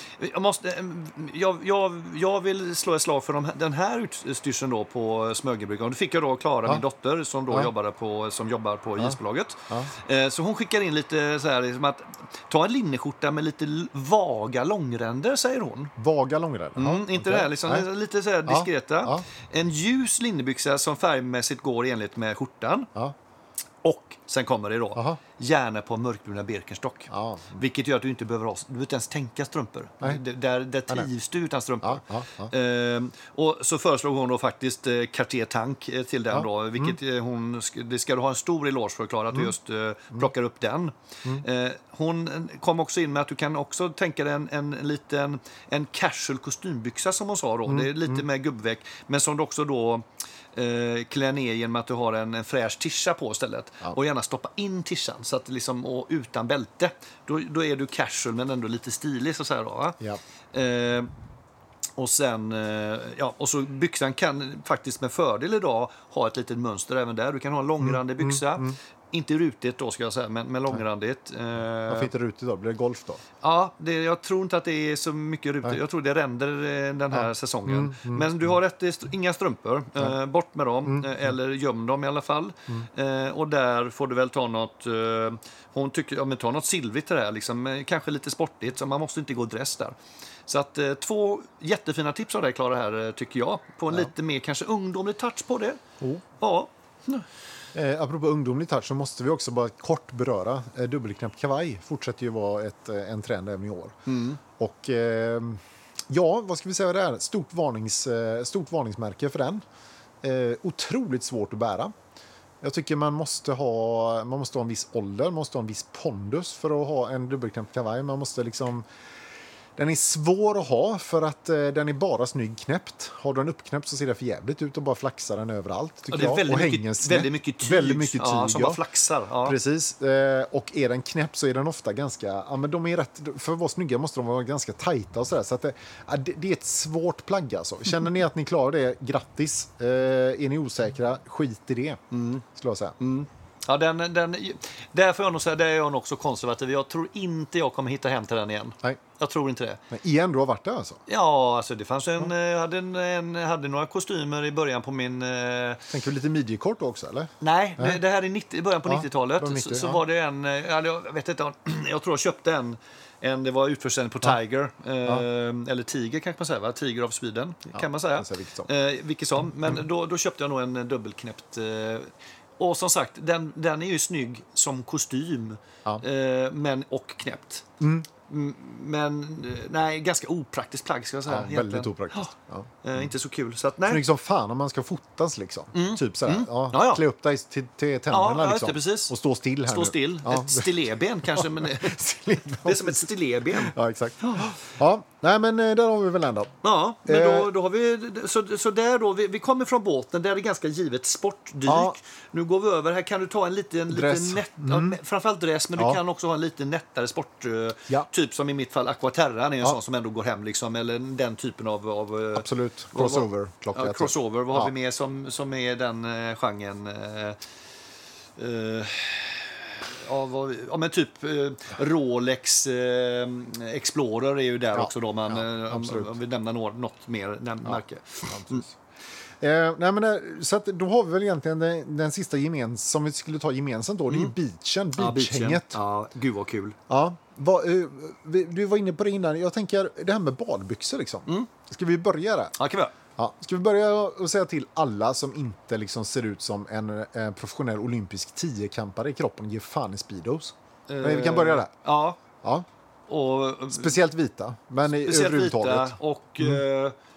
B: Ja. Jag vill slå ett slag för den här utstyrseln då på Smögenbryggan. Det fick jag då Klara, min dotter, som då jobbar på isbolaget. Ja. Så hon skickar in lite så här, liksom att ta en linneskjorta med lite vaga långränder, säger hon.
A: Vaga långränder?
B: Inte det här, liksom, lite så här diskreta. Ja. En ljus linnebyxa som färgmässigt går enligt med skjortan. Ja. Och sen kommer det då gärna på mörkbruna Birkenstock. Ja. Vilket gör att du inte behöver inte ens tänka strumpor. Där trivs du utan strumpor. Och så föreslog hon då faktiskt Cartier Tank till den då. Vilket det ska du ha en stor eloge för att klara att du just plockar upp den. Hon kom också in med att du kan också tänka dig en casual kostymbyxa, som hon sa då. Det är lite med gubbväck, men som du också då klä ner genom att du har en fräsch tischa på istället. Ja. Och gärna stoppa in tishan så att liksom, och utan bälte. Då är du casual men ändå lite stilig, så att säga då, va? Ja. Och sen och så byxan kan faktiskt med fördel idag ha ett litet mönster även där. Du kan ha en långrandig byxa. Inte rutigt då, ska jag säga, men långrandigt.
A: Varför inte rutigt då? Blir det golf då?
B: Ja, jag tror inte att det är så mycket rutigt. Nej. Jag tror det ränder den här säsongen. Men du har rätt, inga strumpor. Bort med dem, eller göm dem i alla fall. Och där får du väl ta något... hon tycker, ta något silvrigt till det här, liksom, kanske lite sportigt, så man måste inte gå dress där. Så att 2 jättefina tips av dig, Klara, här, tycker jag. På en lite mer kanske ungdomlig touch på det. Ja.
A: Apropå ungdomlig touch, så måste vi också bara kort beröra dubbelknäppt kavaj. Fortsätter ju vara en trend även i år. Och vad ska vi säga där? Stort varningsmärke för den. Otroligt svårt att bära. Jag tycker man måste ha en viss ålder, man måste ha en viss pondus för att ha en dubbelknäppt kavaj. Man måste liksom... Den är svår att ha för att den är bara snygg knäppt. Har du en uppknäppt så ser det för jävligt ut och bara flaxar den överallt, tycker jag.
B: Väldigt mycket tyg som bara flaxar. Ja.
A: Precis. Och är den knäppt så är den ofta ganska... Ja, men de är rätt... För att vara snygga måste de vara ganska tajta och sådär. Så att det är ett svårt plagg alltså. Känner ni att ni klarar det, grattis. Är ni osäkra, skit i det, skulle jag säga.
B: Ja, där får jag nog säga, där är jag också konservativ. Jag tror inte jag kommer hitta hem till den igen. Nej. Jag tror inte det.
A: Men igen, du har varit där alltså?
B: Ja, alltså det fanns jag hade några kostymer i början på min...
A: Tänker du lite midjekort också, eller?
B: Nej. Det här är i början på 90-talet. Så var det jag vet inte, jag tror jag köpte det var utförsäljning på Tiger, eller Tiger kanske man säger, va? Tiger of Sweden, kan man säga. Vilket som. Men då köpte jag nog en dubbelknäppt... Och som sagt, den är ju snygg som kostym, och knäppt. Men nej, ganska opraktiskt plagg, ska jag säga.
A: Ja, väldigt opraktiskt.
B: Inte så kul. Så att, nej.
A: Snygg som fan om man ska fotas liksom. Typ sådär. Klä upp dig till tänderna liksom.
B: Precis.
A: Och stå still här.
B: Stå still. Ett stilében kanske. Men det är som ett stilében.
A: Ja, exakt. Ja, nej men där har vi väl ändå.
B: Ja, men då har vi... Så där då, vi kommer från båten. Där är det ganska givet sportdyk. Ja. Nu går vi över. Här kan du ta en liten nätt... framförallt dress, men du kan också ha en lite nättare sport... Typ som i mitt fall Aquaterra är en sån som ändå går hem liksom, eller den typen av
A: absolut crossover-klocka.
B: Crossover, vad har vi med som är den genren? Men typ Rolex Explorer är ju där också då, man om vi nämner något mer märke.
A: Nej, men så att då har vi väl egentligen den sista som vi skulle ta gemensamt då, det är ju beachhänget.
B: Ja, gud vad kul.
A: Ja, du var inne på det innan. Jag tänker det här med badbyxor liksom. Ska vi börja där?
B: Ja, kan vi.
A: Ja, ska vi börja och säga till alla som inte liksom ser ut som en professionell olympisk 10-kampare i kroppen, ge fan i speedos. Vi kan börja där.
B: Ja.
A: Och speciellt vita, men
B: speciellt
A: överhuvudtaget.
B: Vita och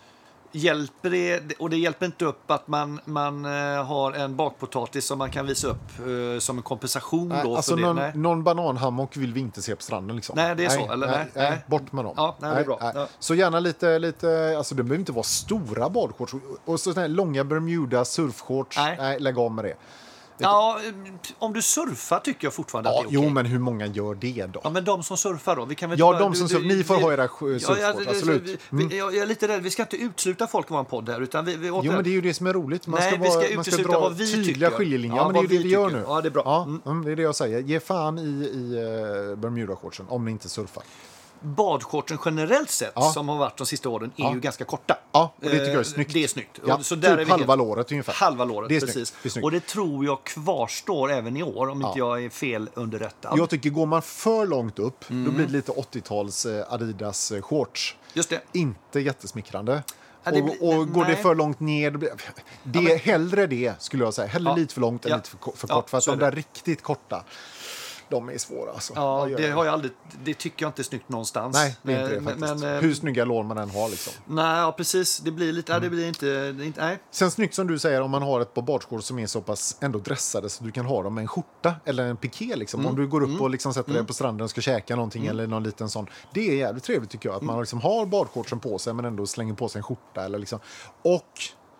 B: Hjälper det, och det hjälper inte upp att man har en bakpotatis som man kan visa upp som en kompensation då
A: alltså
B: för det?
A: Någon bananhammock vill vi inte se på stranden liksom.
B: Nej, det är så, eller?
A: Nej, bort med dem.
B: Ja, det är bra. Ja.
A: Så gärna lite, alltså det behöver inte vara stora badshorts. Och så här långa Bermuda surfshorts, nej, lägg av med det.
B: Ja, om du surfar tycker jag fortfarande att det är okej.
A: Jo, men hur många gör det då?
B: Ja, men de som surfar då? Vi kan väl
A: ni får ha era surfsport, absolut.
B: Jag är lite rädd, vi ska inte utesluta folk i vår podd här. Utan
A: jo, men det är ju det som är roligt. Man ska dra
B: vad vi
A: tydliga skiljelinjer. Ja, men det är ju det vi gör nu.
B: Ja, det är bra.
A: Det är det jag säger. Ge fan i Bermuda-shortsen om ni inte surfar.
B: Badshortsen generellt sett som har varit de sista åren är ju ganska korta.
A: Ja, och det tycker jag är snyggt.
B: Det är snyggt.
A: Ja,
B: så där
A: typ
B: är vi
A: halva låret ungefär.
B: Halva låret,
A: det är
B: precis.
A: Det är snyggt.
B: Och det tror jag kvarstår även i år om inte jag är fel underrättad.
A: Jag tycker går man för långt upp då blir det lite 80-tals Adidas shorts.
B: Just det.
A: Inte jättesmickrande. Och går det för långt ner hellre det skulle jag säga. Hellre lite för långt än lite för kort. För att de där riktigt korta, de är svåra alltså.
B: Ja, det tycker jag inte är snyggt någonstans.
A: Nej, det är inte det faktiskt. Hur snygga lår man än har liksom.
B: Nej, precis. Det blir lite, det blir inte nej.
A: Sen snyggt som du säger om man har ett par badshorts som är så pass ändå dressade så du kan ha dem med en skjorta eller en piké liksom. Om du går upp och liksom sätter dig på stranden och ska käka någonting eller någon liten sån. Det är jävligt trevligt tycker jag att man liksom har badshortsen på sig men ändå slänger på sig en skjorta eller liksom. Och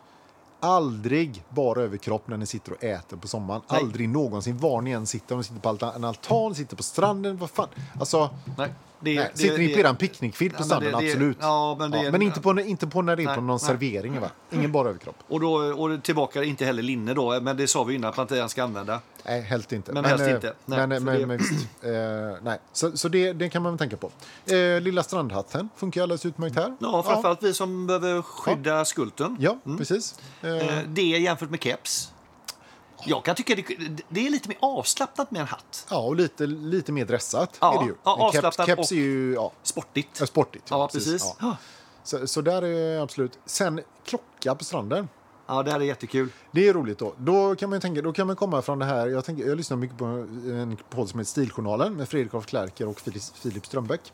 A: aldrig bara överkropp när ni sitter och äter på sommaren. Nej. Aldrig någonsin. Var ni än sitter. Om ni sitter på en altan, sitter på stranden. Vad fan? Alltså, sitter ni på en picknickfilt på stranden? Absolut. Men inte på när det är på någon servering. Va? Ingen bara överkropp.
B: Och tillbaka inte heller linne då. Men det sa vi innan att man inte ens ska använda.
A: Nej, helst inte.
B: Men helst inte.
A: Men visst. Nej. Så det kan man väl tänka på. Lilla strandhatten funkar alldeles utmärkt här.
B: Ja, framförallt vi som behöver skydda skulten.
A: Ja, precis.
B: Det jämfört med keps. Jag kan tycka det är lite mer avslappnat med en hatt.
A: Ja, och lite mer dressat är det ju.
B: Avslappnat
A: keps är ju
B: sportigt.
A: Sportigt.
B: Ja, precis. Ja.
A: Så där är absolut. Sen klocka på stranden.
B: Ja, det här är jättekul.
A: Det är roligt då. Då kan man komma från det här. Jag lyssnar mycket på en podd som heter Stiljournalen med Fredrik af Klerker och Filip Strömbäck.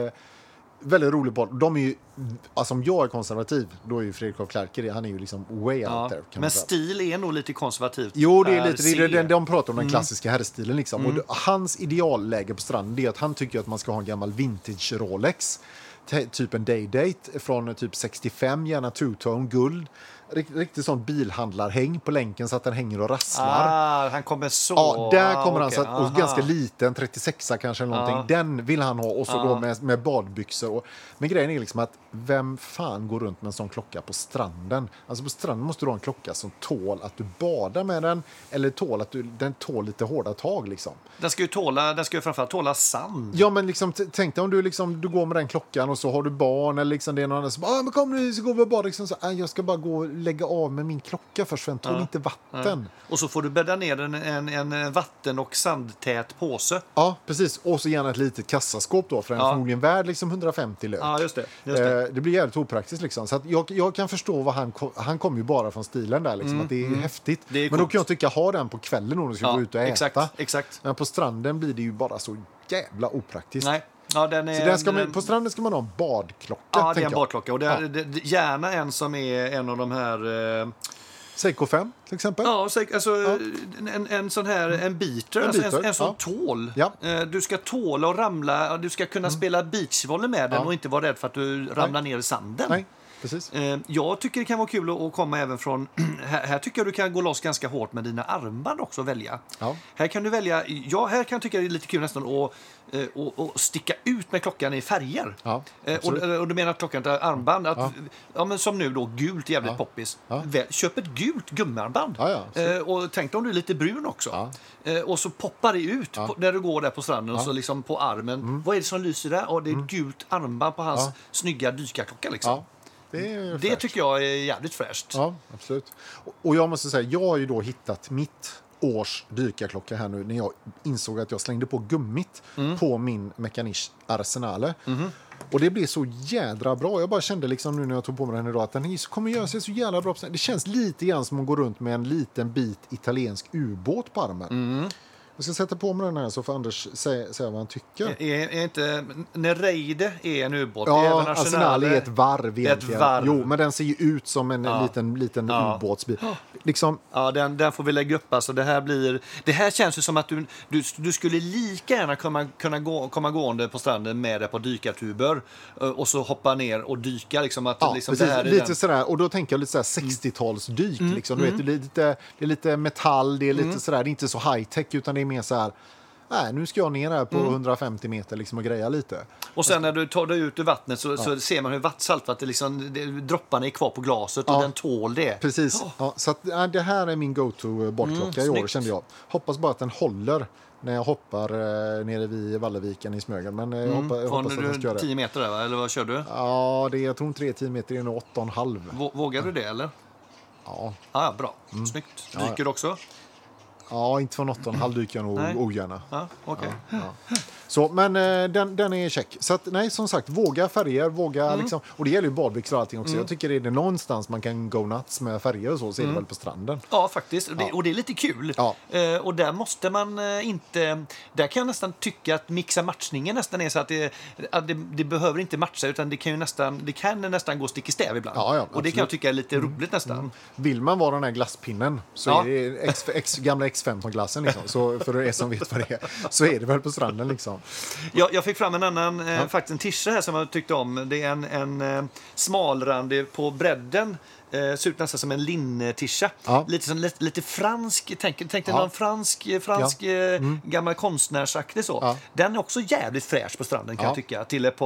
A: Väldigt rolig podd. De är ju, alltså om jag är konservativ, då är ju Fredrik af Klerker, han är ju liksom way out there.
B: Men stil är nog lite konservativt.
A: Jo, det är lite, de pratar om den klassiska herrstilen liksom. Och hans idealläge på stranden är att han tycker att man ska ha en gammal vintage Rolex. Typ en Day-Date från typ 65, gärna two-tone, guld. Riktigt sån bilhandlarhäng på länken så att den hänger och rasslar.
B: Han kommer så.
A: Ja, där kommer han. Och ganska liten, 36 kanske eller någonting. Den vill han ha. Och så då med badbyxor. Men grejen är liksom att vem fan går runt med en sån klocka på stranden? Alltså på stranden måste du ha en klocka som tål att du badar med den. Eller tål att den tål lite hårda tag liksom.
B: Den ska ju framförallt tåla sand.
A: Ja, men liksom, tänk dig om du går med den klockan och så har du barn eller liksom det är någon annan som men kom nu så går vi och badar liksom, så jag ska bara gå och lägga av med min klocka först för den tål inte vatten.
B: Och så får du bädda ner en vatten- och sandtät påse.
A: Ja, precis. Och så gärna ett litet kassaskåp då för den är förmodligen värd liksom 150 lök.
B: Ja, just det.
A: Det blir jävligt opraktiskt liksom. Så att jag kan förstå vad han kommer ju bara från stilen där liksom, att det är häftigt. Det är men då kan jag tycka ha den på kvällen när du ska gå ut och äta.
B: Exakt.
A: Men på stranden blir det ju bara så jävla opraktiskt.
B: Nej. Ja,
A: på stranden ska man ha en badklocka.
B: Ja, det är en badklocka. Och gärna en som är en av de här...
A: Seiko 5 till exempel.
B: Ja, en sån här, en beater. En sån tål.
A: Ja.
B: Du ska tåla och ramla. Du ska kunna spela beachvolley med den och inte vara rädd för att du ramlar ner i sanden.
A: Nej. Precis.
B: Jag tycker det kan vara kul att komma även från... Här tycker jag du kan gå loss ganska hårt med dina armband också och välja. Ja. Här kan du välja... här kan jag tycka det är lite kul nästan att sticka ut med klockan i färger. Ja, och du menar att klockan är armband? Men som nu då, gult jävligt poppis. Ja. Köp ett gult gummiarmband. Och tänk om du är lite brun också. Ja. Och så poppar det ut när du går där på stranden och så liksom på armen. Vad är det som lyser där? Det är ett gult armband på hans snygga dykarklocka liksom. Ja. Det tycker jag är jävligt fräscht.
A: Ja, absolut. Och jag måste säga, jag har ju då hittat mitt års dykarklocka här nu när jag insåg att jag slängde på gummit på min Mechanisch Arsenale. Och det blev så jädra bra. Jag bara kände liksom nu när jag tog på mig den idag att den kommer göra sig så jävla bra. Det känns lite grann som att gå runt med en liten bit italiensk ubåt på armen. Jag ska sätta på mig den här så får Anders säga vad han tycker.
B: Är inte Nereide är en ubåt?
A: Ja, Arsenal är ett varv egentligen.
B: Ett varv.
A: Jo, men den ser ju ut som en liten ubåtsbil. Liksom...
B: Ja, den får vi lägga upp. Alltså, det här känns ju som att du skulle lika gärna komma gående på stranden med ett par dykartuber och så hoppa ner och dyka. Liksom, att, liksom,
A: precis.
B: Det här är
A: lite sådär, och då tänker jag lite sådär 60-talsdyk. Liksom. Du vet, det är lite metall, det är lite sådär, det är inte så high-tech utan det är mer så här. Nej, nu ska jag ner här på 150 meter liksom och greja lite.
B: Och sen när du tar dig ut ur vattnet så ser man hur saltvattnet liksom, dropparna är kvar på glaset och den tål det.
A: Precis. Ja, så att, det här är min go-to badklocka i år, kände jag. Hoppas bara att den håller när jag hoppar nere vid Valleviken i Smögen. Men jag hoppas att den ska göra det.
B: 10 meter där, va? Eller vad kör du?
A: Ja, jag tror inte det är 10 meter, det är nog 8,5.
B: Vågar du det, eller?
A: Ja.
B: Ja, bra. Snyggt. Dyker du också?
A: Ja, inte från 8,5 dyker jag nog ogärna.
B: Ja, okej.
A: Så, men den är check. Så att, nej, som sagt, våga färger, liksom, och det gäller ju badbyxor och allting också. Jag tycker det är någonstans man kan go nuts med färger och så är det väl på stranden.
B: Ja, faktiskt. Och det är lite kul. Ja. Och där måste man inte... Där kan jag nästan tycka att mixa matchningen nästan är så att det behöver inte matcha, utan det kan nästan gå stick i stäv ibland.
A: Ja,
B: och det kan jag tycka är lite roligt nästan.
A: Vill man vara den här glasspinnen så är det gamla X15-glassen liksom. Så för er som vet vad det är, så är det väl på stranden liksom.
B: Jag fick fram en annan faktiskt en tisha här som jag tyckte om. Det är en smalrandig på bredden. Ser ut nästan som en linnetisha. Lite fransk. Tänk dig någon fransk gammal konstnärsaktig så. Ja. Den är också jävligt fräsch på stranden kan jag tycka. Till ett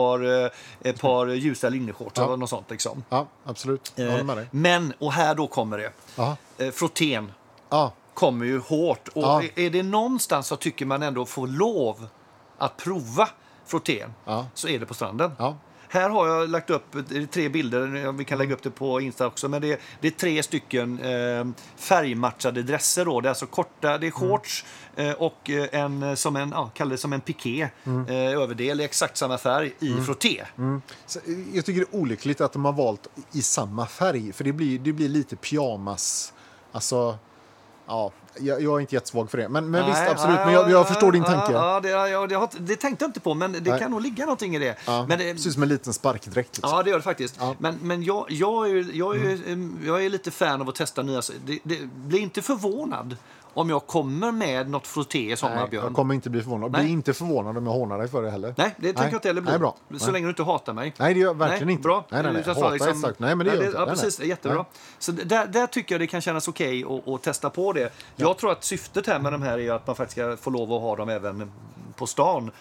B: par ljusa linneshorts eller något sånt liksom.
A: Ja, absolut. Jag håller med dig.
B: Men, och här då kommer det. Frottén. Kommer ju hårt. Och är det någonstans så tycker man ändå får lov att prova frottén, så är det på stranden. Här har jag lagt upp 3 bilder, vi kan lägga upp det på Insta också, men det är 3 stycken färgmatchade dresser då. Det är alltså korta, det är shorts och kallar det som en piké överdel i exakt samma färg i frotté.
A: Så jag tycker det är olyckligt att de har valt i samma färg, för det blir lite pyjamas. Alltså, jag är inte jättesvag för det. Men visst, absolut. Men jag förstår din tanke.
B: Det tänkte jag inte på, men det kan nog ligga någonting i det. Men
A: det ser ut som en liten sparkdräkt. Liksom.
B: Ja, det gör det faktiskt. Men jag är lite fan av att testa nya. Det blir inte förvånad om jag kommer med något frotté i sommar, Björn.
A: Jag kommer inte bli förvånad. Bli inte förvånad om jag hånar dig för det heller.
B: Nej, det tänker jag inte heller bli.
A: Bra.
B: Så länge du inte hatar mig.
A: Nej, det gör verkligen inte.
B: Bra.
A: Nej. Hata exakt. Nej, men det gör inte.
B: Ja, precis. Det är jättebra. Så där tycker jag det kan kännas okej att testa på det. Jag tror att syftet här med de här är att man faktiskt ska få lov att ha dem även på stan.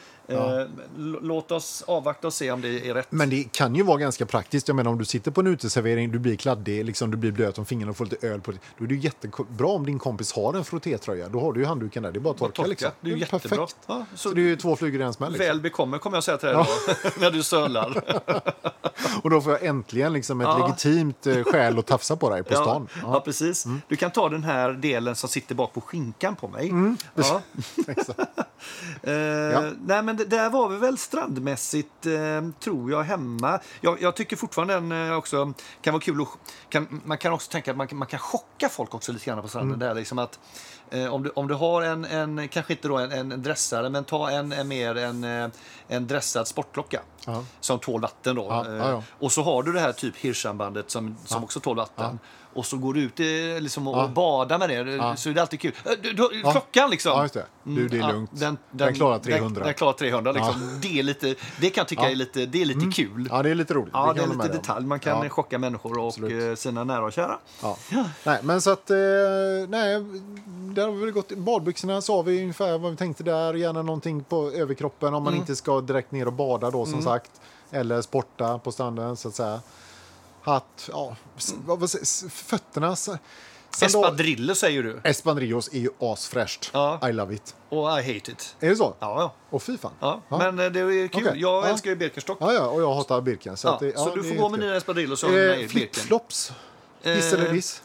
B: Låt oss avvakta och se om det är rätt.
A: Men det kan ju vara ganska praktiskt. Jag menar, om du sitter på en uteservering, du blir kladdig, liksom, du blir blöt om fingrarna och får lite öl på det. Då är det ju jättebra om din kompis har en frottétröja. Då har du ju handduken där. Det är bara att torka. Liksom. Det är ju jättebra. Perfekt. Ja, så det är ju 2 flugor i en smäll. Liksom.
B: Väl bekommer, kommer jag säga till dig då, när du sölar.
A: Och då får jag äntligen liksom ett legitimt skäl att tafsa på dig på stan.
B: Ja, precis. Du kan ta den här delen som sitter bak på skinkan på mig. Nej, men där var vi väl strandmässigt, tror jag, hemma. Jag tycker fortfarande den också kan vara kul. Man kan också tänka att man kan chocka folk också lite grann på stranden. Där, liksom att, om du har en kanske inte då en dressare, men ta en dressad sportklocka som tål vatten då. Och så har du det här typ hirscharmbandet som också tål vatten. Och så går du ut liksom, och badar med det, så är det alltid kul. Klockan liksom.
A: Ja, just det. Det är lugnt. Den klarar 300.
B: Den klarar 300 liksom. Det kan jag tycka är lite kul.
A: Ja, det är lite roligt.
B: Ja, det är lite detalj. Man kan chocka människor och sina nära och kära.
A: Nej, men så att där har vi gått. Badbyxorna sa vi ungefär vad vi tänkte där. Gärna någonting på överkroppen om man inte ska direkt ner och bada då, som sagt. Eller sporta på stranden, så att säga. Hatt, fötterna.
B: Espadrillo säger du.
A: Espadrillos är ju asfräscht. I love it.
B: Och I hate it.
A: Är det så?
B: Ja.
A: Och fy fan.
B: Ja. Men det är kul. Okay. Jag älskar ju Birkenstock.
A: Ja, och jag hatar Birken. Så,
B: så du får gå med nya Espadrillos som
A: flipflops. Hiss eller diss?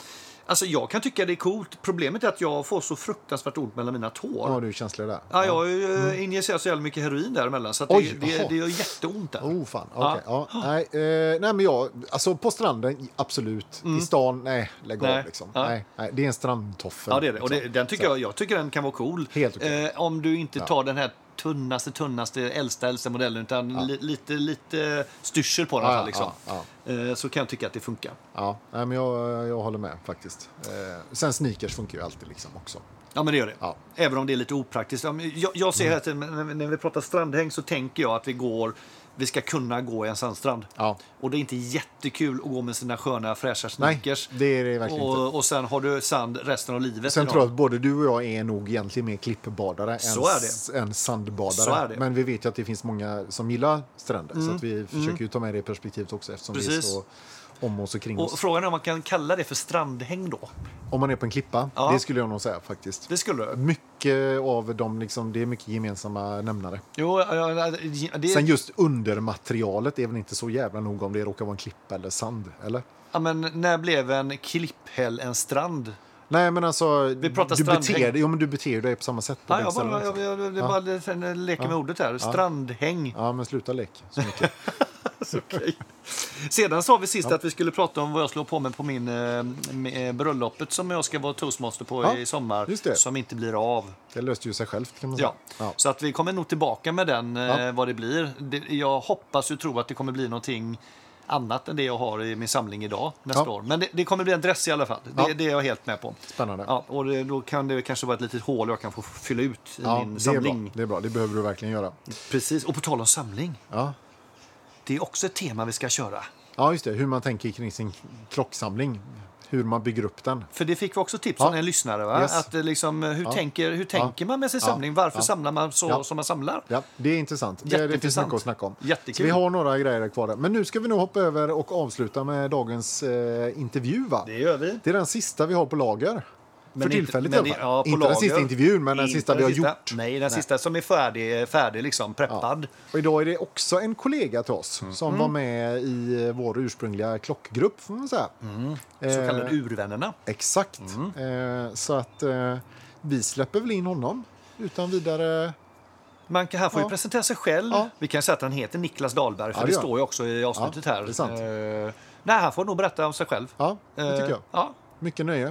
B: Alltså jag kan tycka det är coolt. Problemet är att jag får så fruktansvärt ont mellan mina tår.
A: Ja, du är känslig där.
B: Ja, jag injicerar så jävla mycket heroin däremellan så att det gör jätteont där.
A: Oh fan, okej. Ja. Nej, men jag, alltså på stranden, absolut. I stan, nej, lägg av liksom. Nej, det är en strandtoffel.
B: Ja, det är det.
A: Liksom.
B: Och den tycker jag tycker den kan vara cool.
A: Helt okej.
B: Om du inte tar den här tunnaste, äldsta modellen utan lite styrsel på den liksom. Så kan jag tycka att det funkar.
A: Ja, nej, men jag håller med faktiskt. Sen sneakers funkar ju alltid liksom också.
B: Ja, men det gör det. Ja. Även om det är lite opraktiskt. Jag ser att när vi pratar strandhäng så tänker jag att vi ska kunna gå i en sandstrand. Ja. Och det är inte jättekul att gå med sina sköna fräscha sneakers.
A: Nej, det är det verkligen inte.
B: Och sen har du sand resten av livet.
A: Sen tror jag att både du och jag är nog egentligen mer klippbadare än sandbadare.
B: Så är det.
A: Men vi vet ju att det finns många som gillar stränder. Så att vi försöker ju ta med det perspektivet också eftersom vi är så om oss och kring oss.
B: Och frågan är om man kan kalla det för strandhäng då?
A: Om man är på en klippa, det skulle jag nog säga faktiskt.
B: Det skulle du?
A: Mycket av dem, liksom, det är mycket gemensamma nämnare.
B: Jo,
A: Sen just undermaterialet är väl inte så jävla nog om det råkar vara en klippa eller sand, eller?
B: Ja, men när blev en klipphäll en strand?
A: Nej, men alltså,
B: vi pratar
A: du beter dig på samma sätt. På
B: jag bara leker med ordet här. Strandhäng.
A: Ja, men sluta lek så mycket.
B: Okay. Sedan sa vi sist att vi skulle prata om vad jag slår på mig på min bröllopet som jag ska vara toastmaster på i sommar. Som inte blir av.
A: Det löste ju sig självt kan man säga.
B: Ja. Så att vi kommer nog tillbaka med den vad det blir. Jag hoppas och tror att det kommer bli någonting annat än det jag har i min samling idag nästa år. Men det kommer bli en dress i alla fall. Det är jag helt med på.
A: Spännande.
B: Ja, och då kan det kanske vara ett litet hål jag kan få fylla ut i min samling.
A: Det är bra. Det behöver du verkligen göra.
B: Precis. Och på tal om samling.
A: Ja.
B: Det är också ett tema vi ska köra.
A: Ja, just det. Hur man tänker kring sin klocksamling. Hur man bygger upp den.
B: För det fick vi också tips av en lyssnare. Va? Yes. Att liksom, hur tänker man med sin samling? Varför samlar man så som man samlar?
A: Ja, det är intressant. Det finns mycket att snacka om.
B: Jättekul.
A: Så vi har några grejer kvar där. Men nu ska vi nog hoppa över och avsluta med dagens intervju. Va?
B: Det gör vi.
A: Det är den sista vi har på lager. För tillfället i alla fall.
B: Ja,
A: inte den sista intervjun, men den sista vi har gjort.
B: Nej, den sista som är färdig liksom, preppad.
A: Ja. Och idag är det också en kollega till oss som var med i vår ursprungliga klockgrupp, får man säga.
B: Så kallade urvännerna.
A: Exakt. Så att vi släpper väl in honom utan vidare.
B: Man kan, han får ju presentera sig själv. Ja. Vi kan säga att han heter Niklas Dahlberg, för det står ju också i avsnittet här.
A: Det är sant.
B: Nej, han får nog berätta om sig själv.
A: Ja, det tycker jag.
B: Ja.
A: Mycket nöje.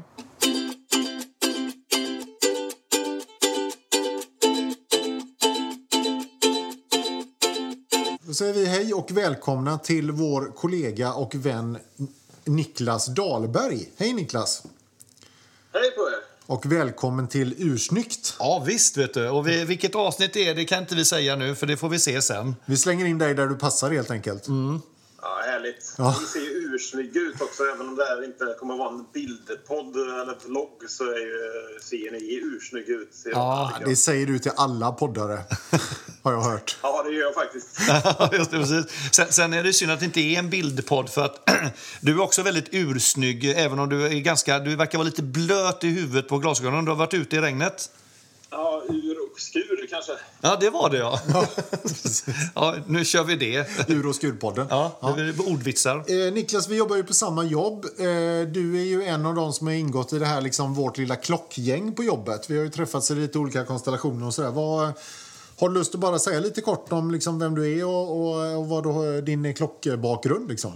A: Då säger vi hej och välkomna till vår kollega och vän Niklas Dahlberg. Hej Niklas!
C: Hej på er!
A: Och välkommen till Ursnyggt.
B: Ja visst vet du. Och vilket avsnitt det kan inte vi säga nu, för det får vi se sen.
A: Vi slänger in dig där du passar helt enkelt.
C: Ja, härligt. Ja. Vi ser ju ursnygg ut också, även om det här inte kommer att vara en bildpodd eller vlogg, så ser ni ursnygg ut.
A: Ja, det säger du till alla poddare, har jag hört.
C: Ja, det gör jag faktiskt.
B: Just det, precis. Sen är det synd att det inte är en bildpodd, för att du är också väldigt ursnygg, även om du verkar vara lite blöt i huvudet på glasögonen. Du har varit ute i regnet.
C: Ja, ur och skur kanske.
B: Ja, det var det, ja. Ja, nu kör vi det.
A: Ur och skurpodden.
B: Ja, det är ordvitsar.
A: Niklas, vi jobbar ju på samma jobb. Du är ju en av de som har ingått i det här, liksom, vårt lilla klockgäng på jobbet. Vi har ju träffats i lite olika konstellationer och sådär. Har du lust att bara säga lite kort om liksom, vem du är och vad du har, din klockbakgrund, liksom?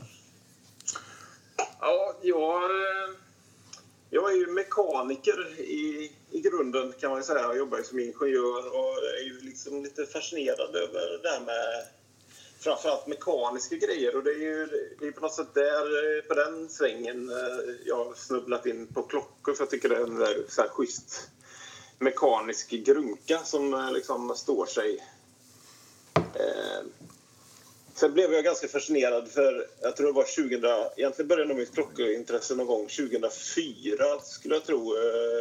C: Ja, jag är ju mekaniker i grunden, kan man säga. Jag jobbar som ingenjör och är ju liksom lite fascinerad över det här med framförallt mekaniska grejer. Och det är på något sätt där, på den svängen, jag har snubblat in på klockor, för jag tycker det är en så här schysst mekanisk grunka som liksom står sig. Sen blev jag ganska fascinerad, för jag tror det var egentligen började mitt klockintresse någon gång 2004 skulle jag tro.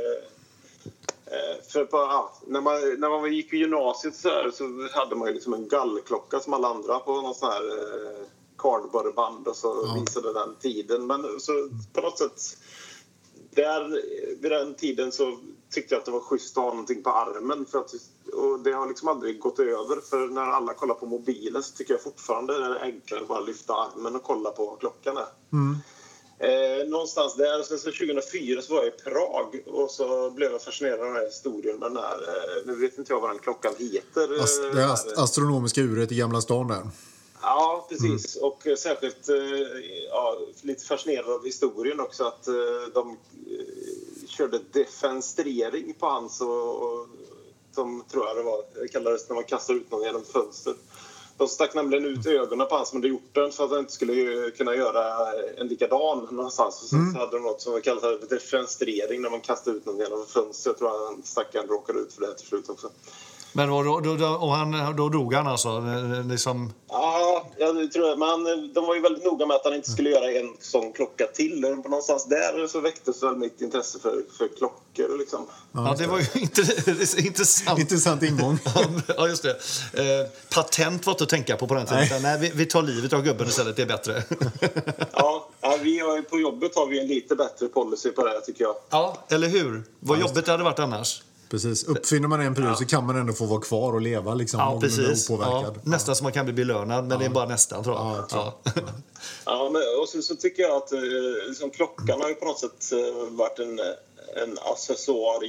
C: För när man gick i gymnasiet så hade man ju liksom en gallklocka som alla andra på någon sån här cardboardband, och så visade den tiden. Men så på något sätt vid den tiden så tyckte jag att det var schysst att ha någonting på armen, och det har liksom aldrig gått över, för när alla kollar på mobilen så tycker jag fortfarande det är enklare att bara lyfta armen och kolla på vad klockan är. Någonstans där. Sen så 2004 så var jag i Prag och så blev jag fascinerad av den här historien med den här, nu vet inte jag vad den klockan heter.
A: Det astronomiska uret i Gamla stan där.
C: Ja, precis. Och särskilt lite fascinerad av historien också, att de körde defenstrering på hans och som tror jag det var, det kallades när man kastar ut någon genom fönster. De stack nämligen ut ögonen på han som hade gjort den för att han inte skulle kunna göra en likadan någonstans. Och så hade de något som kallades defenstrering när man kastar ut någon genom fönster. Jag tror att han stackaren råkade ut för det till slut också.
B: Men då dog han alltså? Liksom...
C: Ja, jag tror det. Men de var ju väldigt noga med att han inte skulle göra en sån klocka till. Någonstans där så väcktes väl mitt intresse för klockor. Liksom.
B: Ja, det var ju intressant.
A: Intressant ingång.
B: Ja, just det. Patent var inte att tänka på den tiden. Nej, vi tar livet av gubben istället, det är bättre.
C: Ja, på jobbet har vi en lite bättre policy på det, tycker jag.
B: Ja, eller hur? Vad jobbet det hade varit annars?
A: Precis. Uppfinner man en pryl så kan man ändå få vara kvar och leva liksom.
B: Ja, precis. Ja, nästan som man kan bli belönad, men det är bara nästan, tror jag.
C: Ja, men och så tycker jag att liksom, klockan har ju på något sätt varit en accessoar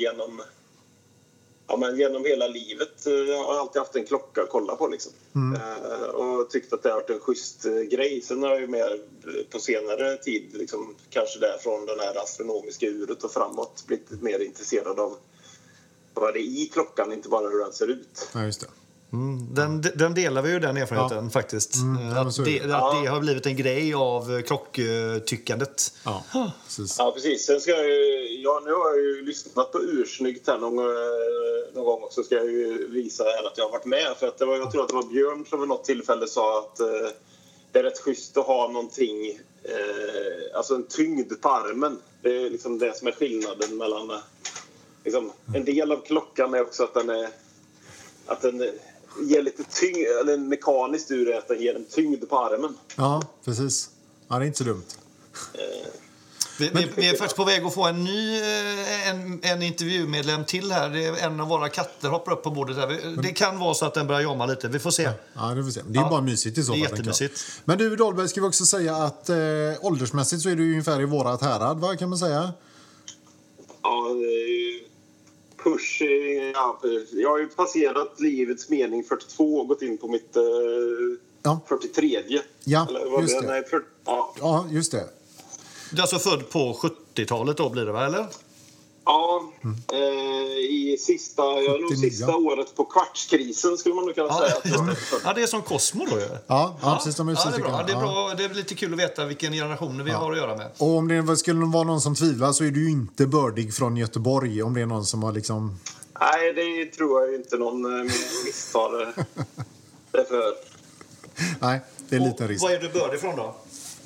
C: genom hela livet. Jag har alltid haft en klocka att kolla på liksom. Och tyckt att det har varit en schysst grej. Sen har jag ju mer på senare tid liksom, kanske där från den här astronomiska uret och framåt blivit mer intresserad av vad det är i klockan, inte bara hur den ser ut.
A: Ja, just det.
B: Den delar vi ju, den erfarenheten faktiskt. Att det har blivit en grej av klocktyckandet.
A: Ja, precis.
C: Ja, precis. Sen ska nu har jag ju lyssnat på Ursnyggt här någon gång också. Ska jag ju visa här att jag har varit med. För att jag tror att det var Björn som vid något tillfälle sa att det är rätt schysst att ha någonting, alltså en tyngd på armen. Det är liksom det som är skillnaden mellan liksom, en del av klockan är också att den ger lite tyngd, eller mekaniskt ur att den ger en tyngd på armen.
A: Ja, precis. Ja, det är inte så dumt.
B: Vi är faktiskt på väg att få en ny en intervjumedlem till här. Det är en av våra katter hoppar upp på bordet här. Det kan vara så att den börjar jamma lite. Vi får se.
A: Ja, det får se. Det är bara mysigt i så fall.
B: Det är jättemysigt.
A: Men du, Dahlberg, ska vi också säga att åldersmässigt så är du ungefär i vårat härad, vad kan man säga?
C: Ja, push. Ja, jag har ju passerat livets mening 42 och gått in på mitt 43.
A: Ja,
C: eller
A: just det.
C: Nej,
A: ja, just det.
B: Du är alltså född på 70-talet då, blir det, va, eller?
C: Ja, i sista året på kvartskrisen skulle man nog kunna säga.
B: Ja, det är som Cosmo då.
A: Ja, precis.
B: Det är bra. Det är bra. Det är lite kul att veta vilken generation vi har att göra med.
A: Och om det skulle vara någon som tvivlar så är du ju inte bördig från Göteborg, om det är någon som har liksom...
C: Nej, det tror jag inte någon misstar det för.
A: Nej, det är lite risk.
B: Vad är du bördig från då?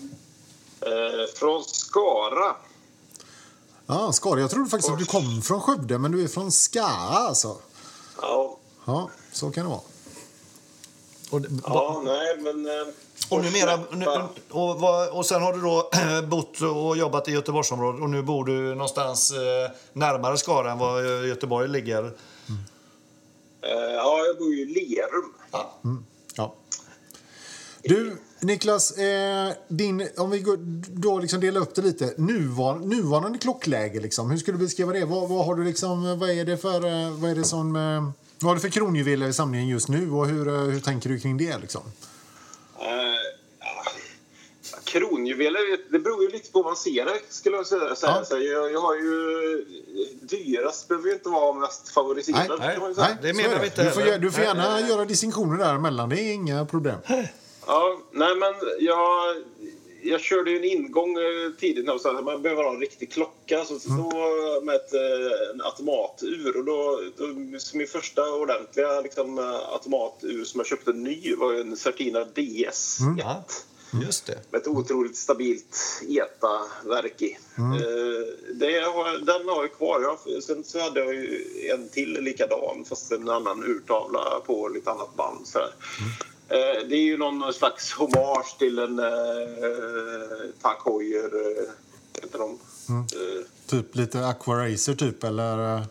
C: Från Skara.
A: Ja, Skara. Jag trodde faktiskt att du kom från Skövde, men du är från Skara alltså.
C: Ja.
A: Ja, så kan det vara.
B: Och sen har du då bott och jobbat i Göteborgsområdet och nu bor du någonstans närmare Skara än vad Göteborg ligger.
C: Ja, jag bor i Lerum.
A: Ja. Du, Niklas, om vi då liksom delar upp det lite, nuvarande klockläge liksom, hur skulle du beskriva det? Vad har du liksom, vad är det för kronjuveler i samlingen just nu och hur tänker du kring det liksom?
C: Kronjuveler, det beror ju lite på vad man ser det, skulle jag säga. Jag har ju dyrast, behöver ju inte vara mest favoriserad.
B: Nej, det menar vi inte.
A: Du får gärna göra distinktioner däremellan, det är inga problem.
C: Ja, nej men jag körde ju en ingång tidigt nu, så att man behöver ha en riktig klocka så med en automatur, och då min första ordentliga liksom, automatur som jag köpte ny var en Certina DS.
B: Just det.
C: Med ett otroligt stabilt ETA-verk i. Den har jag kvar. Sen så hade jag ju en till likadan, fast en annan urtavla på lite annat band. Det är ju någon slags hommage till en Tag Heuer, heter de.
A: Typ lite Aquaracer typ, eller?
C: Ja,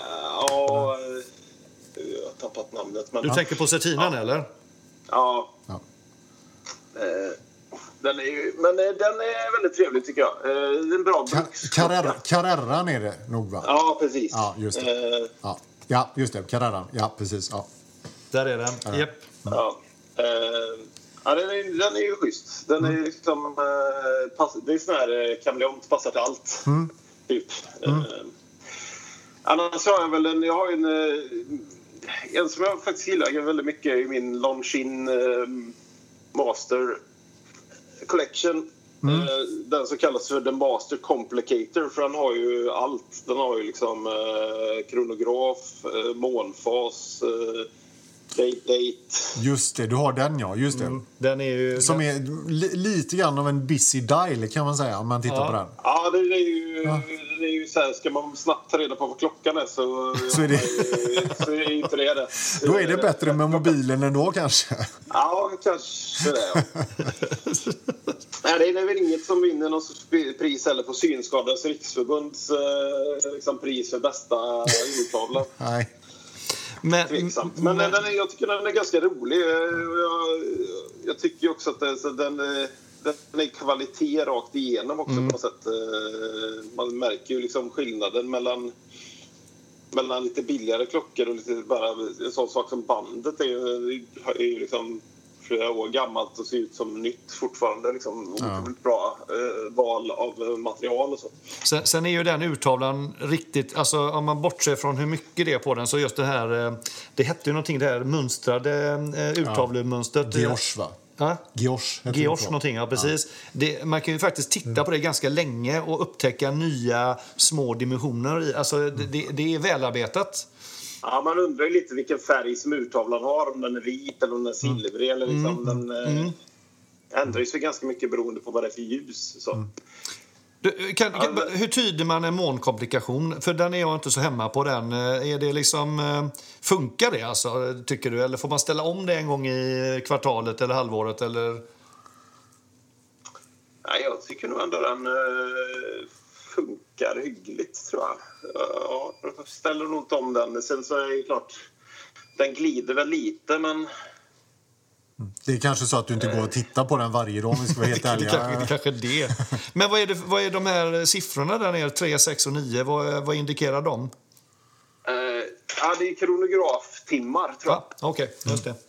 C: jag har tappat namnet. Men
B: du tänker på Certinan, eller?
C: Ja. den är väldigt trevlig tycker jag. Det är en bra
A: Carreran är det nog, va?
C: Ja, precis.
A: Ja, just det. Ja, just det. Carreran. Ja, precis. Ja.
B: Där är den. Japp.
C: Ja. Ja, den är ju schysst. Den är liksom... det är sån här kameleont, passar till allt. Typ. Annars har jag väl jag har en som jag faktiskt gillar väldigt mycket i min Longines Master Collection. Den som kallas för The Master Complicator, för den har ju allt. Den har ju liksom kronograf, månfas, date.
A: Just det, du har den, ja. Just det.
B: Den är ju...
A: Som är lite grann av en busy dial, kan man säga, om man tittar på den.
C: Ja, det är ju så här, ska man snabbt ta reda på vad klockan är så är inte det.
A: Då är det bättre med mobilen ändå, kanske.
C: Ja, kanske det. Ja. Nej, det är väl inget som vinner något pris eller på Synskadades riksförbunds liksom pris för bästa urtavla.
A: Nej.
C: Men jag tycker den är ganska rolig. Jag tycker också att den är kvalitet rakt igenom också på något sätt. Man märker ju liksom skillnaden mellan lite billigare klockor och lite bara en sån sak som bandet är ju liksom flera år gammalt och ser ut som nytt fortfarande. Liksom, otroligt bra val av material och så.
B: Sen är ju den urtavlan riktigt, alltså om man bortser från hur mycket det är på den, så just det här, det hette ju någonting, det här mönstrade urtavlemönstret.
A: Guilloche, va?
B: Guilloche någonting, ja, precis. Man kan ju faktiskt titta på det ganska länge och upptäcka nya små dimensioner. Alltså det är välarbetat.
C: Ja, man undrar ju lite vilken färg som urtavlan har, om den är vit eller om den är silvrig eller liksom den ändrar sig ganska mycket beroende på vad det är för ljus. Så.
B: Hur tyder man en månkomplikation? För den är jag inte så hemma på den. Är det liksom, funkar det alltså, tycker du? Eller får man ställa om det en gång i kvartalet eller halvåret? Eller?
C: Nej, jag tycker nog ändå den funkar hyggligt, tror jag. Ja, jag ställer nog inte om den. Sen så är det klart, den glider väl lite, men...
A: Det är kanske så att du inte går och tittar på den varje dag, om vi ska vara helt ärliga.
B: kanske det. Men vad är de här siffrorna där nere, 3, 6 och 9? Vad indikerar de?
C: Ja, det är kronograftimmar, tror jag.
B: Okej, just det.